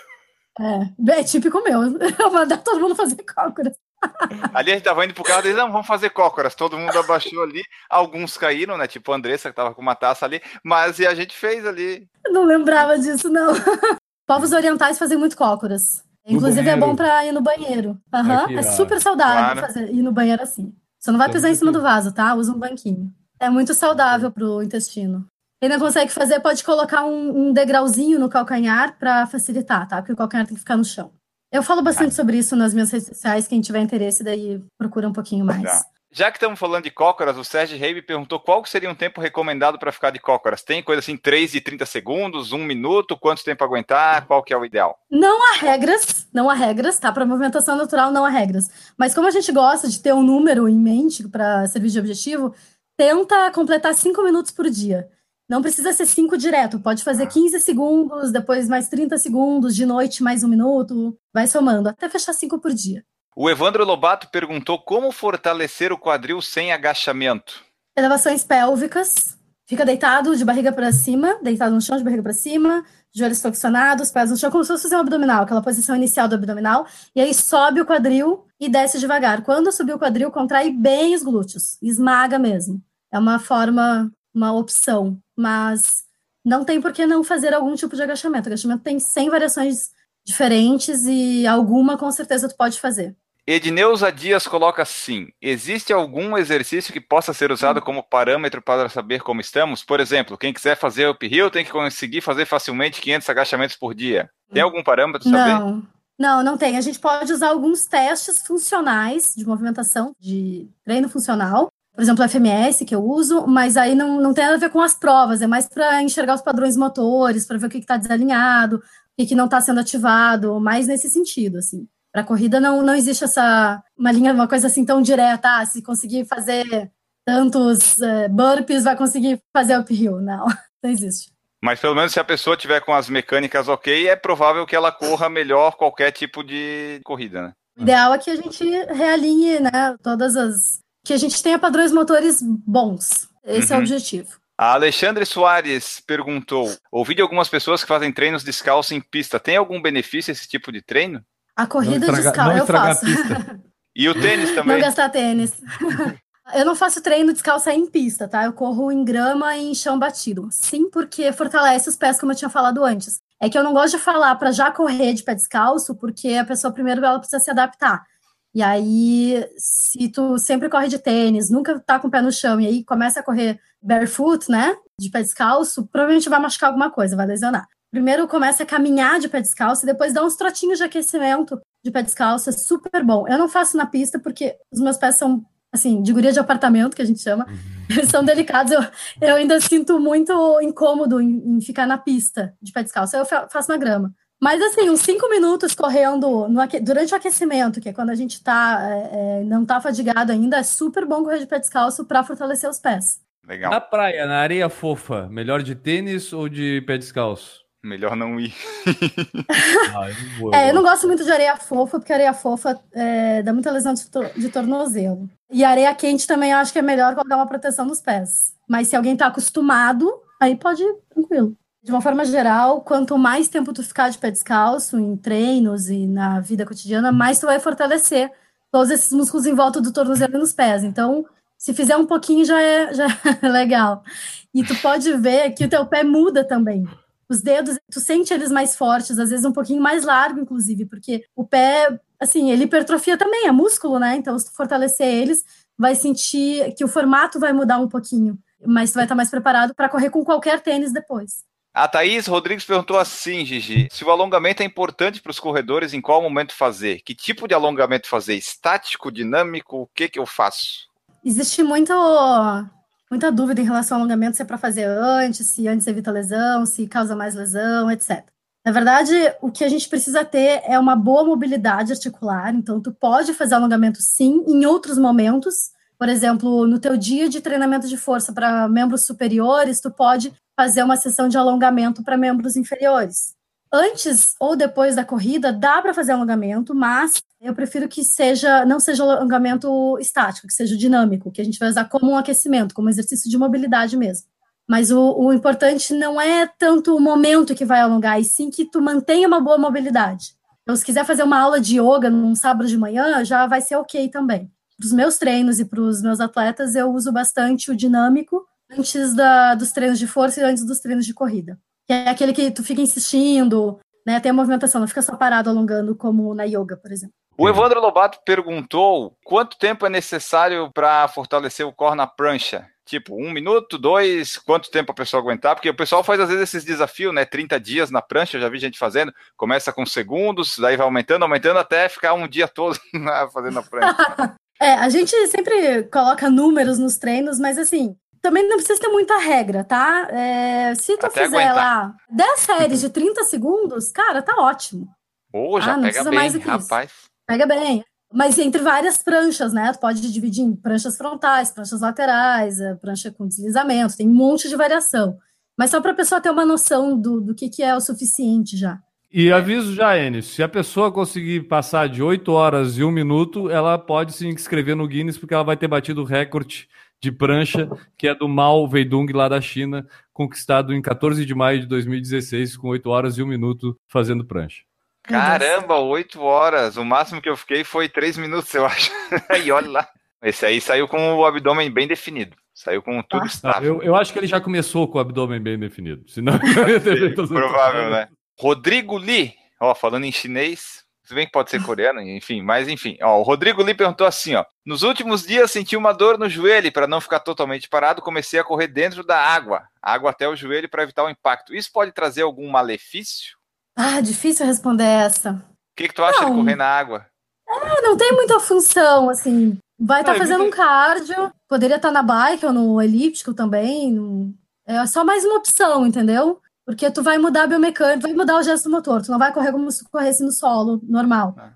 É, é típico meu. Eu mandar todo mundo fazer cócoras. Ali a gente tava indo pro carro e não, vamos fazer cócoras. Todo mundo abaixou ali. Alguns caíram, né? Tipo a Andressa, que tava com uma taça ali. Mas e a gente fez ali. Eu não lembrava disso, não. Povos orientais fazem muito cócoras. Inclusive é bom pra ir no banheiro. Uhum. Aqui, é super saudável claro. fazer, ir no banheiro assim. Você não vai pisar em cima do vaso, tá? Usa um banquinho. É muito saudável pro intestino. Quem não consegue fazer, pode colocar um, um degrauzinho no calcanhar pra facilitar, tá? Porque o calcanhar tem que ficar no chão. Eu falo bastante sobre isso nas minhas redes sociais. Quem tiver interesse, daí procura um pouquinho mais. Já, Já que estamos falando de cócoras, o Sérgio Rei me perguntou qual seria um tempo recomendado para ficar de cócoras. Tem coisa assim, três e trinta segundos, um minuto, quanto tempo aguentar, qual que é o ideal? Não há regras, não há regras, tá? Para movimentação natural não há regras. Mas como a gente gosta de ter um número em mente para servir de objetivo, tenta completar cinco minutos por dia. Não precisa ser cinco direto, pode fazer quinze segundos, depois mais trinta segundos, de noite mais um minuto, vai somando, até fechar cinco por dia. O Evandro Lobato perguntou como fortalecer o quadril sem agachamento. Elevações pélvicas, fica deitado de barriga para cima, deitado no chão de barriga para cima, joelhos flexionados, pés no chão, como se fosse fazer um abdominal, aquela posição inicial do abdominal, e aí sobe o quadril e desce devagar. Quando subir o quadril, contrai bem os glúteos, esmaga mesmo. É uma forma, uma opção, mas não tem por que não fazer algum tipo de agachamento. O agachamento tem cem variações diferentes e alguma com certeza tu pode fazer. Edneuza Dias coloca assim: existe algum exercício que possa ser usado como parâmetro para saber como estamos? Por exemplo, quem quiser fazer uphill tem que conseguir fazer facilmente quinhentos agachamentos por dia. Tem algum parâmetro para saber? Não, não, não tem. A gente pode usar alguns testes funcionais de movimentação, de treino funcional. Por exemplo, o F M S que eu uso, mas aí não, não tem nada a ver com as provas, é mais para enxergar os padrões motores, para ver o que está desalinhado, o que, que não está sendo ativado, mais nesse sentido, assim. Para a corrida não, não existe essa uma linha, uma coisa assim tão direta, ah, se conseguir fazer tantos uh, burpees, vai conseguir fazer uphill. Não, não existe. Mas pelo menos se a pessoa tiver com as mecânicas ok, é provável que ela corra melhor qualquer tipo de corrida, né? O ideal é que a gente realinhe, né, todas as... que a gente tenha padrões motores bons. Esse uhum. é o objetivo. A Alexandre Soares perguntou: ouvi de algumas pessoas que fazem treinos descalço em pista. Tem algum benefício esse tipo de treino? A corrida descalço eu faço. E o tênis também? Não gastar tênis. Eu não faço treino descalço em pista, tá? Eu corro em grama e em chão batido. Sim, porque fortalece os pés, como eu tinha falado antes. É que eu não gosto de falar para já correr de pé descalço, porque a pessoa primeiro ela precisa se adaptar. E aí, se tu sempre corre de tênis, nunca tá com o pé no chão, e aí começa a correr barefoot, né? De pé descalço, provavelmente vai machucar alguma coisa, vai lesionar. Primeiro começa a caminhar de pé descalço e depois dá uns trotinhos de aquecimento de pé descalço, é super bom. Eu não faço na pista porque os meus pés são, assim, de guria de apartamento, que a gente chama. Eles são delicados, eu, eu ainda sinto muito incômodo em, em ficar na pista de pé descalço. Eu faço na grama. Mas, assim, uns cinco minutos correndo no, durante o aquecimento, que é quando a gente tá, é, não tá fadigado ainda, é super bom correr de pé descalço para fortalecer os pés. Legal. Na praia, na areia fofa, melhor de tênis ou de pé descalço? Melhor não ir. ah, eu, vou, é, eu não gosto muito de areia fofa, porque areia fofa é, dá muita lesão de, de tornozelo. E areia quente também eu acho que é melhor colocar uma proteção nos pés. Mas se alguém tá acostumado, aí pode ir tranquilo. De uma forma geral, quanto mais tempo tu ficar de pé descalço, em treinos e na vida cotidiana, mais tu vai fortalecer todos esses músculos em volta do tornozelo e nos pés. Então, se fizer um pouquinho, já é, já é legal. E tu pode ver que o teu pé muda também. Os dedos, tu sente eles mais fortes, às vezes um pouquinho mais largo, inclusive, porque o pé, assim, ele hipertrofia também, é músculo, né? Então, se tu fortalecer eles, vai sentir que o formato vai mudar um pouquinho, mas tu vai estar mais preparado para correr com qualquer tênis depois. A Thaís Rodrigues perguntou assim, Gigi, se o alongamento é importante para os corredores, em qual momento fazer? Que tipo de alongamento fazer? Estático, dinâmico? O que que eu faço? Existe muito, muita dúvida em relação ao alongamento, se é para fazer antes, se antes evita lesão, se causa mais lesão, etcétera. Na verdade, o que a gente precisa ter é uma boa mobilidade articular, então tu pode fazer alongamento sim, em outros momentos, por exemplo, no teu dia de treinamento de força para membros superiores, tu pode fazer uma sessão de alongamento para membros inferiores. Antes ou depois da corrida, dá para fazer alongamento, mas eu prefiro que seja, não seja alongamento estático, que seja dinâmico, que a gente vai usar como um aquecimento, como exercício de mobilidade mesmo. Mas o, o importante não é tanto o momento que vai alongar, e sim que tu mantenha uma boa mobilidade. Então, se quiser fazer uma aula de yoga num sábado de manhã, já vai ser ok também. Para os meus treinos e para os meus atletas, eu uso bastante o dinâmico antes da, dos treinos de força e antes dos treinos de corrida. Que é aquele que tu fica insistindo, né? Tem a movimentação, não fica só parado alongando como na yoga, por exemplo. O Evandro Lobato perguntou quanto tempo é necessário para fortalecer o core na prancha? Tipo, um minuto, dois, quanto tempo a pessoa aguentar? Porque o pessoal faz às vezes esses desafios, né? trinta dias na prancha, eu já vi gente fazendo. Começa com segundos, daí vai aumentando, aumentando até ficar um dia todo fazendo a prancha. É, a gente sempre coloca números nos treinos, mas assim, também não precisa ter muita regra, tá? É, se tu Até fizer aguentar. lá dez séries de trinta segundos, cara, tá ótimo. Ou já ah, não pega precisa bem, mais do que rapaz. isso. Pega bem. Mas entre várias pranchas, né? Tu pode dividir em pranchas frontais, pranchas laterais, prancha com deslizamento, tem um monte de variação. Mas só para a pessoa ter uma noção do, do que, que é o suficiente já. E aviso já, Enes, se a pessoa conseguir passar de oito horas e um minuto, ela pode se inscrever no Guinness, porque ela vai ter batido o recorde de prancha, que é do Mao Weidong, lá da China, conquistado em quatorze de maio de dois mil e dezesseis, com oito horas e um minuto fazendo prancha. Caramba, oito horas. O máximo que eu fiquei foi três minutos, eu acho. E olha lá. Esse aí saiu com o abdômen bem definido. Saiu com tudo Ah, estável. Eu, eu acho que ele já começou com o abdômen bem definido. Senão... Provável, né? Rodrigo Lee, ó, falando em chinês, se bem que pode ser coreano, enfim, mas enfim. Ó, o Rodrigo Lee perguntou assim, ó. Nos últimos dias senti uma dor no joelho, para não ficar totalmente parado, comecei a correr dentro da água. Água até o joelho para evitar o impacto. Isso pode trazer algum malefício? Ah, difícil responder essa. O que, que tu acha Não. de correr na água? É, não tem muita função, assim. Vai estar Ah, tá fazendo evita- um cardio, poderia estar tá na bike ou no elíptico também. no- É só mais uma opção, entendeu? Porque tu vai mudar a biomecânica, vai mudar o gesto motor. Tu não vai correr como se tu corresse no solo, normal. Ah.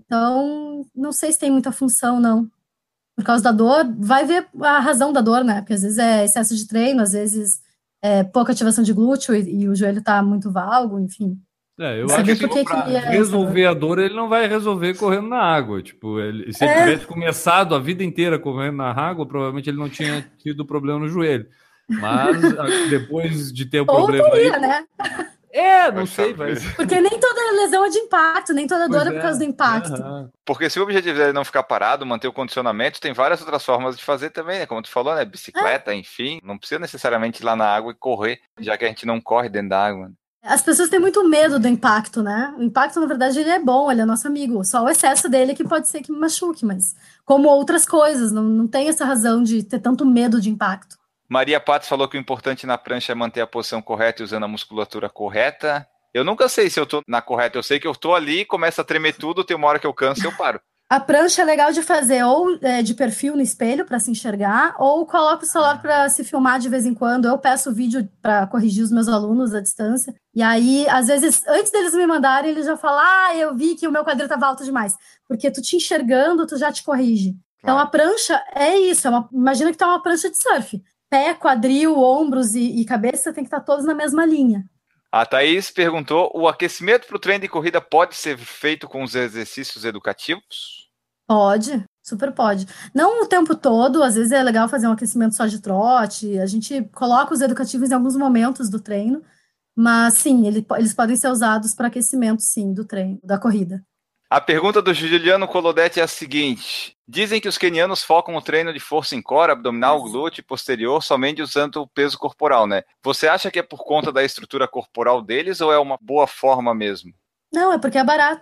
Então, não sei se tem muita função, não. Por causa da dor, vai ver a razão da dor, né? Porque às vezes é excesso de treino, às vezes é pouca ativação de glúteo e, e o joelho tá muito valgo, enfim. É, eu Saber acho que, por que pra que é resolver a dor, ele não vai resolver correndo na água. Tipo, ele, se ele É. tivesse começado a vida inteira correndo na água, provavelmente ele não tinha tido problema no joelho. Mas a- depois de ter o Ou problema teria, aí... né? É, não Vai sei, saber. mas... Porque nem toda lesão é de impacto, nem toda dor Pois é por causa do impacto. Aham. Porque se o objetivo é não ficar parado, manter o condicionamento, tem várias outras formas de fazer também, né? Como tu falou, né? Bicicleta, enfim. Não precisa necessariamente ir lá na água e correr, já que a gente não corre dentro da água. As pessoas têm muito medo do impacto, né? O impacto, na verdade, ele é bom, ele é nosso amigo. Só o excesso dele que pode ser que me machuque, mas como outras coisas, não, não tem essa razão de ter tanto medo de impacto. Maria Patos falou que o importante na prancha é manter a posição correta e usando a musculatura correta. Eu nunca sei se eu tô na correta, eu sei que eu tô ali, começa a tremer tudo, tem uma hora que eu canso e eu paro. A prancha é legal de fazer ou é, de perfil no espelho para se enxergar, ou coloco o celular para se filmar de vez em quando. Eu peço vídeo para corrigir os meus alunos à distância. E aí, às vezes, antes deles me mandarem, eles já falam: ah, eu vi que o meu quadril estava alto demais. Porque tu te enxergando, tu já te corrige. Então, Claro. a prancha é isso. É uma, imagina que tu é uma prancha de surf. Pé, quadril, ombros e, e cabeça tem que estar todos na mesma linha. A Thaís perguntou, o aquecimento para o treino de corrida pode ser feito com os exercícios educativos? Pode, super pode. Não o tempo todo, às vezes é legal fazer um aquecimento só de trote, a gente coloca os educativos em alguns momentos do treino, mas sim, ele, eles podem ser usados para aquecimento, sim, do treino, da corrida. A pergunta do Juliano Colodetti é a seguinte, dizem que os quenianos focam o treino de força em core, abdominal, glúteo e posterior somente usando o peso corporal, né? Você acha que é por conta da estrutura corporal deles ou é uma boa forma mesmo? Não, é porque é barato.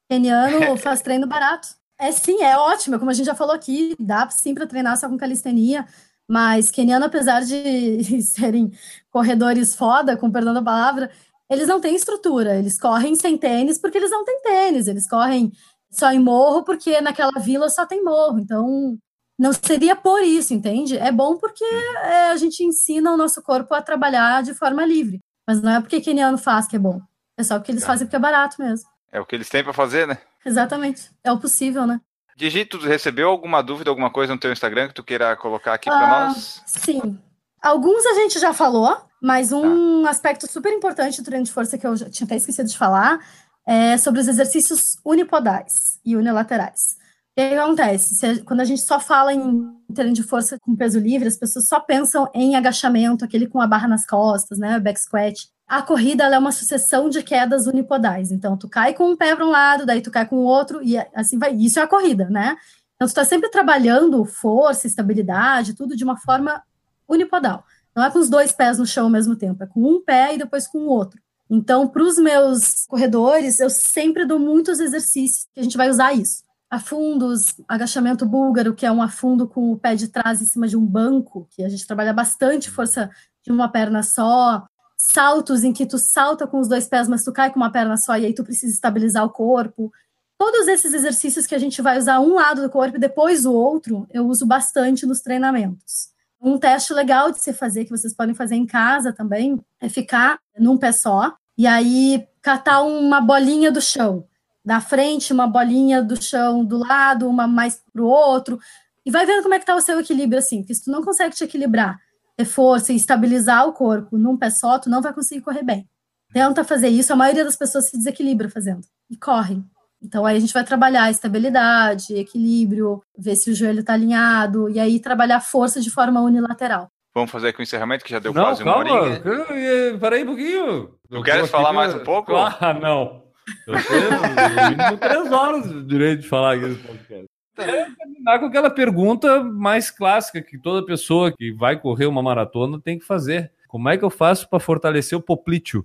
Keniano faz treino barato. É sim, é ótimo, como a gente já falou aqui, dá sim para treinar só com calistenia, mas keniano, apesar de serem corredores foda, com perdão da palavra, eles não têm estrutura, eles correm sem tênis porque eles não têm tênis, eles correm só em morro porque naquela vila só tem morro, então não seria por isso, entende? É bom porque é, a gente ensina o nosso corpo a trabalhar de forma livre, mas não é porque keniano faz que é bom, é só porque eles fazem porque é barato mesmo. É o que eles têm para fazer, né? Exatamente, é o possível, né? Gigi, tu recebeu alguma dúvida, alguma coisa no teu Instagram que tu queira colocar aqui para ah, nós? Sim. Alguns a gente já falou, mas um ah. aspecto super importante do treino de força que eu já tinha até esquecido de falar é sobre os exercícios unipodais e unilaterais. O que acontece? Se, quando a gente só fala em treino de força com peso livre, as pessoas só pensam em agachamento, aquele com a barra nas costas, né, back squat. A corrida ela é uma sucessão de quedas unipodais. Então, tu cai com um pé para um lado, daí tu cai com o outro, e assim vai. Isso é a corrida, né? Então, tu tá sempre trabalhando força, estabilidade, tudo de uma forma unipodal. Não é com os dois pés no chão ao mesmo tempo, é com um pé e depois com o outro. Então, para os meus corredores, eu sempre dou muitos exercícios que a gente vai usar isso. Afundos, agachamento búlgaro, que é um afundo com o pé de trás em cima de um banco, que a gente trabalha bastante força de uma perna só. Saltos em que tu salta com os dois pés, mas tu cai com uma perna só e aí tu precisa estabilizar o corpo. Todos esses exercícios que a gente vai usar um lado do corpo e depois o outro, eu uso bastante nos treinamentos. Um teste legal de se fazer, que vocês podem fazer em casa também, é ficar num pé só e aí catar uma bolinha do chão. Da frente, uma bolinha do chão do lado, uma mais pro outro. E vai vendo como é que tá o seu equilíbrio, assim. Porque se tu não consegue te equilibrar, ter força e estabilizar o corpo num pé só, tu não vai conseguir correr bem. Tenta fazer isso, a maioria das pessoas se desequilibra fazendo. E correm. Então aí a gente vai trabalhar estabilidade, equilíbrio, ver se o joelho tá alinhado, e aí trabalhar força de forma unilateral. Vamos fazer aqui o encerramento, que já deu não, quase calma, uma horinha. Peraí um pouquinho. Tu queres falar mais um pouco? Ah, não. Eu tenho três horas de direito de falar aqui nesse podcast. Eu quero terminar com aquela pergunta mais clássica que toda pessoa que vai correr uma maratona tem que fazer. Como é que eu faço para fortalecer o poplíteo?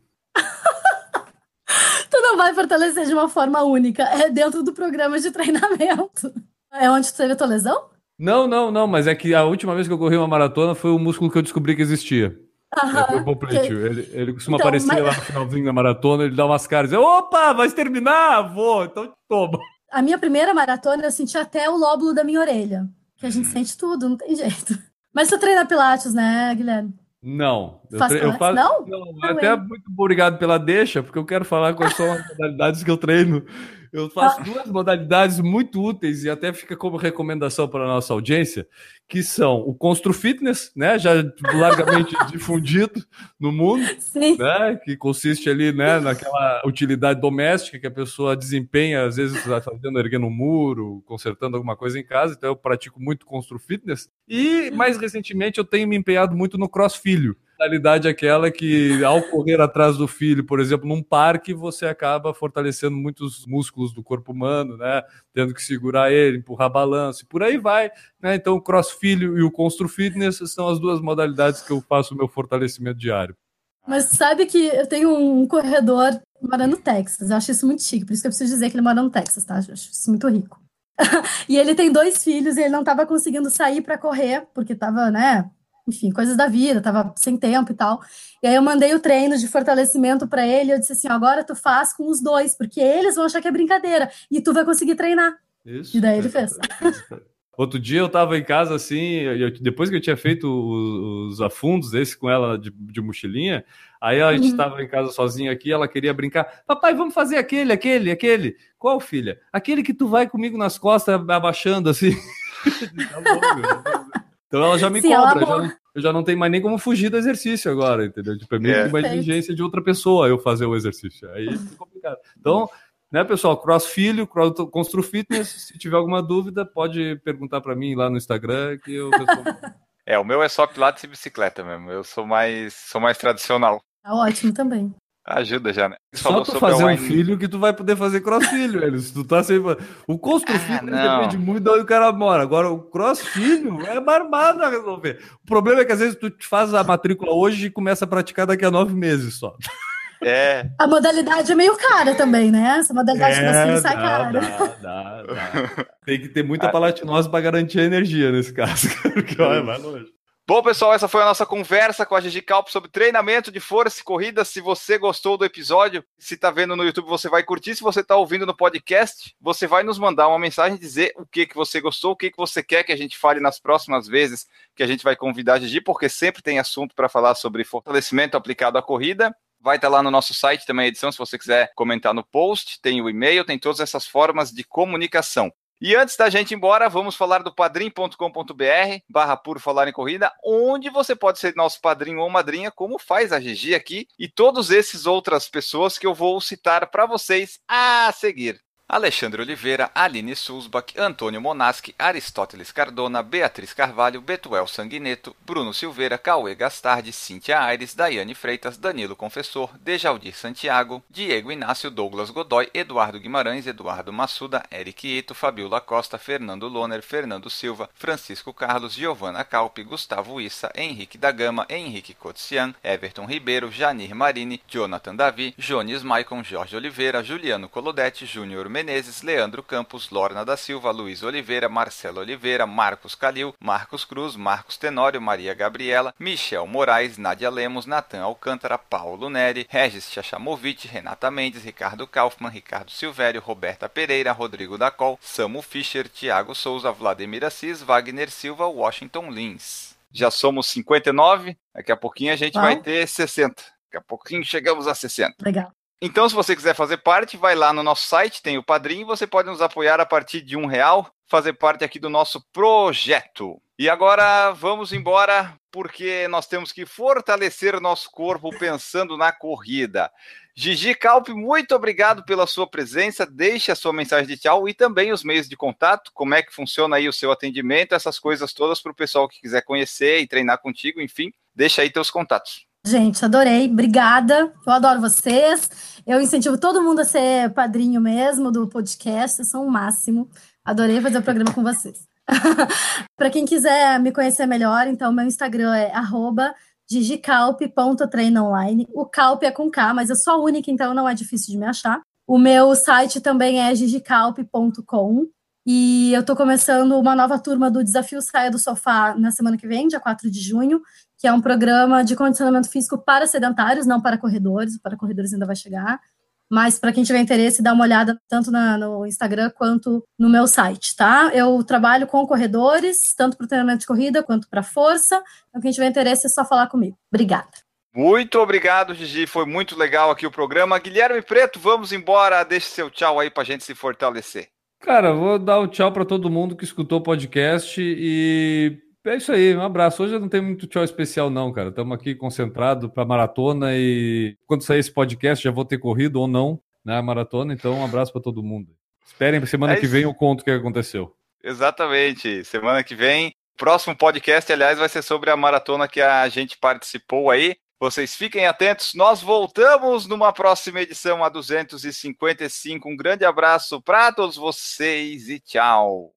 Tu não vai fortalecer de uma forma única. É dentro do programa de treinamento. É onde tu teve a tua lesão? Não, não, não. Mas é que a última vez que eu corri uma maratona foi o músculo que eu descobri que existia. Aham, foi o poplíteo. okay. Ele, ele costuma então, aparecer mas... lá no finalzinho da maratona, ele dá umas caras e diz, opa, vai terminar? Vou, então toma. A minha primeira maratona, eu senti até o lóbulo da minha orelha. Que a gente sente tudo, não tem jeito. Mas tu treina Pilates, né, Guilherme? Não. Eu, Faz tre... eu faço... Não? não até muito obrigado pela deixa, porque eu quero falar quais são as modalidades que eu treino. Eu faço ah. duas modalidades muito úteis e até fica como recomendação para a nossa audiência, que são o Constru Fitness, né, já largamente difundido no mundo, Sim. né, que consiste ali, né, naquela utilidade doméstica que a pessoa desempenha, às vezes fazendo, erguendo um muro, consertando alguma coisa em casa, então eu pratico muito Constru Fitness. E, mais recentemente, eu tenho me empenhado muito no CrossFilho. A realidade é aquela que, ao correr atrás do filho, por exemplo, num parque, você acaba fortalecendo muitos músculos do corpo humano, né? Tendo que segurar ele, empurrar balanço, e por aí vai, né? Então, o CrossFilho e o Constru Fitness são as duas modalidades que eu faço o meu fortalecimento diário. Mas sabe que eu tenho um corredor morando no Texas, eu acho isso muito chique, por isso que eu preciso dizer que ele mora no Texas, tá? Eu acho isso muito rico. E ele tem dois filhos e ele não estava conseguindo sair para correr, porque estava, né... Enfim, coisas da vida, tava sem tempo e tal. E aí eu mandei o treino de fortalecimento para ele, eu disse assim, agora tu faz com os dois, porque eles vão achar que é brincadeira, e tu vai conseguir treinar. Isso. E daí ele fez. Outro dia eu tava em casa assim, eu, depois que eu tinha feito os, os afundos, esse com ela de, de mochilinha, aí a gente uhum. tava em casa sozinho aqui, ela queria brincar, papai, vamos fazer aquele, aquele, aquele. Qual, filha? Aquele que tu vai comigo nas costas, abaixando assim. Tá bom, meu. Então ela já me Sim, cobra, já não, eu já não tenho mais nem como fugir do exercício agora, entendeu? Tipo, é meio que uma exigência de outra pessoa eu fazer o exercício. Aí fica complicado. Então, né, pessoal, CrossFilho, Constru Fitness, se tiver alguma dúvida, pode perguntar para mim lá no Instagram que eu respondo. É, o meu é só Pilates e bicicleta mesmo. Eu sou mais, sou mais tradicional. Tá ótimo também. Ajuda já, né? Só tu fazer um filho que tu vai poder fazer crossfilho, velho. Se tu tá sempre... O constru filho ah, depende muito de onde o cara mora. Agora, o crossfilho é barbado a resolver. O problema é que às vezes tu te faz a matrícula hoje e começa a praticar daqui a nove meses só. É. A modalidade é meio cara também, né? Essa modalidade É, das filhas sai dá, cara. dá, dá, dá. Tem que ter muita palatinose para garantir a energia nesse caso, porque olha, vai longe. Bom, pessoal, essa foi a nossa conversa com a Gigi Calp sobre treinamento de força e corrida. Se você gostou do episódio, se está vendo no YouTube, você vai curtir. Se você está ouvindo no podcast, você vai nos mandar uma mensagem, dizer o que, que você gostou, o que, que você quer que a gente fale nas próximas vezes que a gente vai convidar a Gigi, porque sempre tem assunto para falar sobre fortalecimento aplicado à corrida. Vai estar lá no nosso site também a edição, se você quiser comentar no post, tem o e-mail, tem todas essas formas de comunicação. E antes da gente ir embora, vamos falar do padrim ponto com ponto b r barra por falar em corrida, onde você pode ser nosso padrinho ou madrinha, como faz a Gigi aqui, e todos esses outras pessoas que eu vou citar para vocês a seguir. Alexandre Oliveira, Aline Sulzbach, Antônio Monaschi, Aristóteles Cardona, Beatriz Carvalho, Betuel Sanguineto, Bruno Silveira, Cauê Gastardi, Cíntia Aires, Daiane Freitas, Danilo Confessor, Dejaldir Santiago, Diego Inácio, Douglas Godoy, Eduardo Guimarães, Eduardo Massuda, Eric Ito, Fabiola Costa, Fernando Loner, Fernando Silva, Francisco Carlos, Giovana Calpe, Gustavo Issa, Henrique da Gama, Henrique Cotsian, Everton Ribeiro, Janir Marini, Jonathan Davi, Jones Maicon, Jorge Oliveira, Juliano Colodete, Júnior Menezes, Leandro Campos, Lorna da Silva, Luiz Oliveira, Marcelo Oliveira, Marcos Calil, Marcos Cruz, Marcos Tenório, Maria Gabriela, Michel Moraes, Nádia Lemos, Natan Alcântara, Paulo Neri, Regis Chachamovic, Renata Mendes, Ricardo Kaufmann, Ricardo Silvério, Roberta Pereira, Rodrigo Dacol, Samu Fischer, Thiago Souza, Vladimir Assis, Wagner Silva, Washington Lins. Já somos cinquenta e nove, daqui a pouquinho a gente Bom. vai ter sessenta. Daqui a pouquinho chegamos a sessenta. Legal. Então, se você quiser fazer parte, vai lá no nosso site, tem o Padrim, você pode nos apoiar a partir de um real, fazer parte aqui do nosso projeto. E agora vamos embora, porque nós temos que fortalecer o nosso corpo pensando na corrida. Gigi Calp, muito obrigado pela sua presença, deixe a sua mensagem de tchau e também os meios de contato, como é que funciona aí o seu atendimento, essas coisas todas para o pessoal que quiser conhecer e treinar contigo, enfim, deixa aí teus contatos. Gente, adorei, obrigada, eu adoro vocês, eu incentivo todo mundo a ser padrinho mesmo do podcast, vocês são o máximo, adorei fazer o programa com vocês. Para quem quiser me conhecer melhor, então meu Instagram é arroba gigicalp ponto treino online, o Calp é com K, mas eu sou a única, então não é difícil de me achar. O meu site também é gigicalp ponto com e eu tô começando uma nova turma do Desafio Saia do Sofá na semana que vem, dia quatro de junho, que é um programa de condicionamento físico para sedentários, não para corredores, para corredores ainda vai chegar, mas para quem tiver interesse, dá uma olhada tanto na, no Instagram quanto no meu site, tá? Eu trabalho com corredores, tanto para o treinamento de corrida quanto para força, então quem tiver interesse é só falar comigo. Obrigada. Muito obrigado, Gigi, foi muito legal aqui o programa. Guilherme Preto, vamos embora, deixe seu tchau aí para a gente se fortalecer. Cara, vou dar o tchau para todo mundo que escutou o podcast e é isso aí, um abraço. Hoje eu não tenho muito tchau especial não, cara. Estamos aqui concentrados para maratona e quando sair esse podcast já vou ter corrido ou não, né, a maratona, então um abraço para todo mundo. Esperem, semana é que vem eu conto o que aconteceu. Exatamente, semana que vem. O próximo podcast, aliás, vai ser sobre a maratona que a gente participou aí. Vocês fiquem atentos, nós voltamos numa próxima edição, a duzentos e cinquenta e cinco. Um grande abraço para todos vocês e tchau.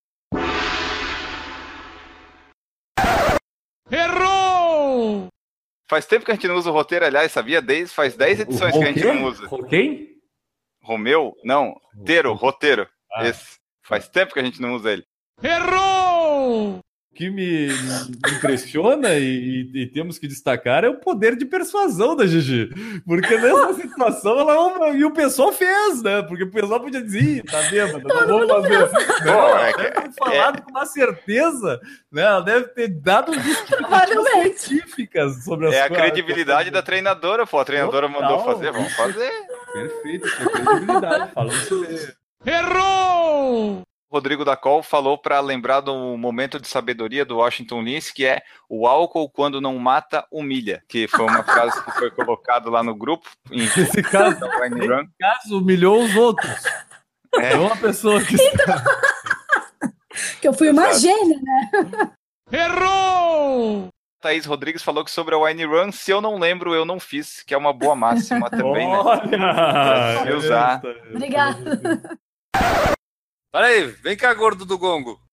Errou! Faz tempo que a gente não usa o roteiro, aliás, sabia? Desde faz dez edições que a gente não usa. Quem? Romeu? Não, roteiro, roteiro. Ah. Esse. Faz tempo que a gente não usa ele. Errou! O que me impressiona e, e, e temos que destacar é o poder de persuasão da Gigi. Porque nessa situação ela e o pessoal fez, né? Porque o pessoal podia dizer, tá vendo? Não vamos fazer. Não, ela deve ter falado é... com uma certeza, né? Ela deve ter dado justificativas científicas sobre as É a credibilidade da treinadora, pô. A treinadora Total. mandou fazer, vamos fazer. Perfeito, é credibilidade. Falando sobre... Errou! Rodrigo Dacol falou para lembrar do momento de sabedoria do Washington Lins, que é o álcool quando não mata, humilha, que foi uma frase que foi colocada lá no grupo. Em... Esse caso, esse caso humilhou os outros. É, é uma pessoa que... Então... que eu fui uma Exato. gênia, né? Errou! Thaís Rodrigues falou que sobre a Wine Run, se eu não lembro, eu não fiz, que é uma boa máxima também, Olha, né? Pra usar. Obrigada. Peraí, vem cá, gordo do gongo.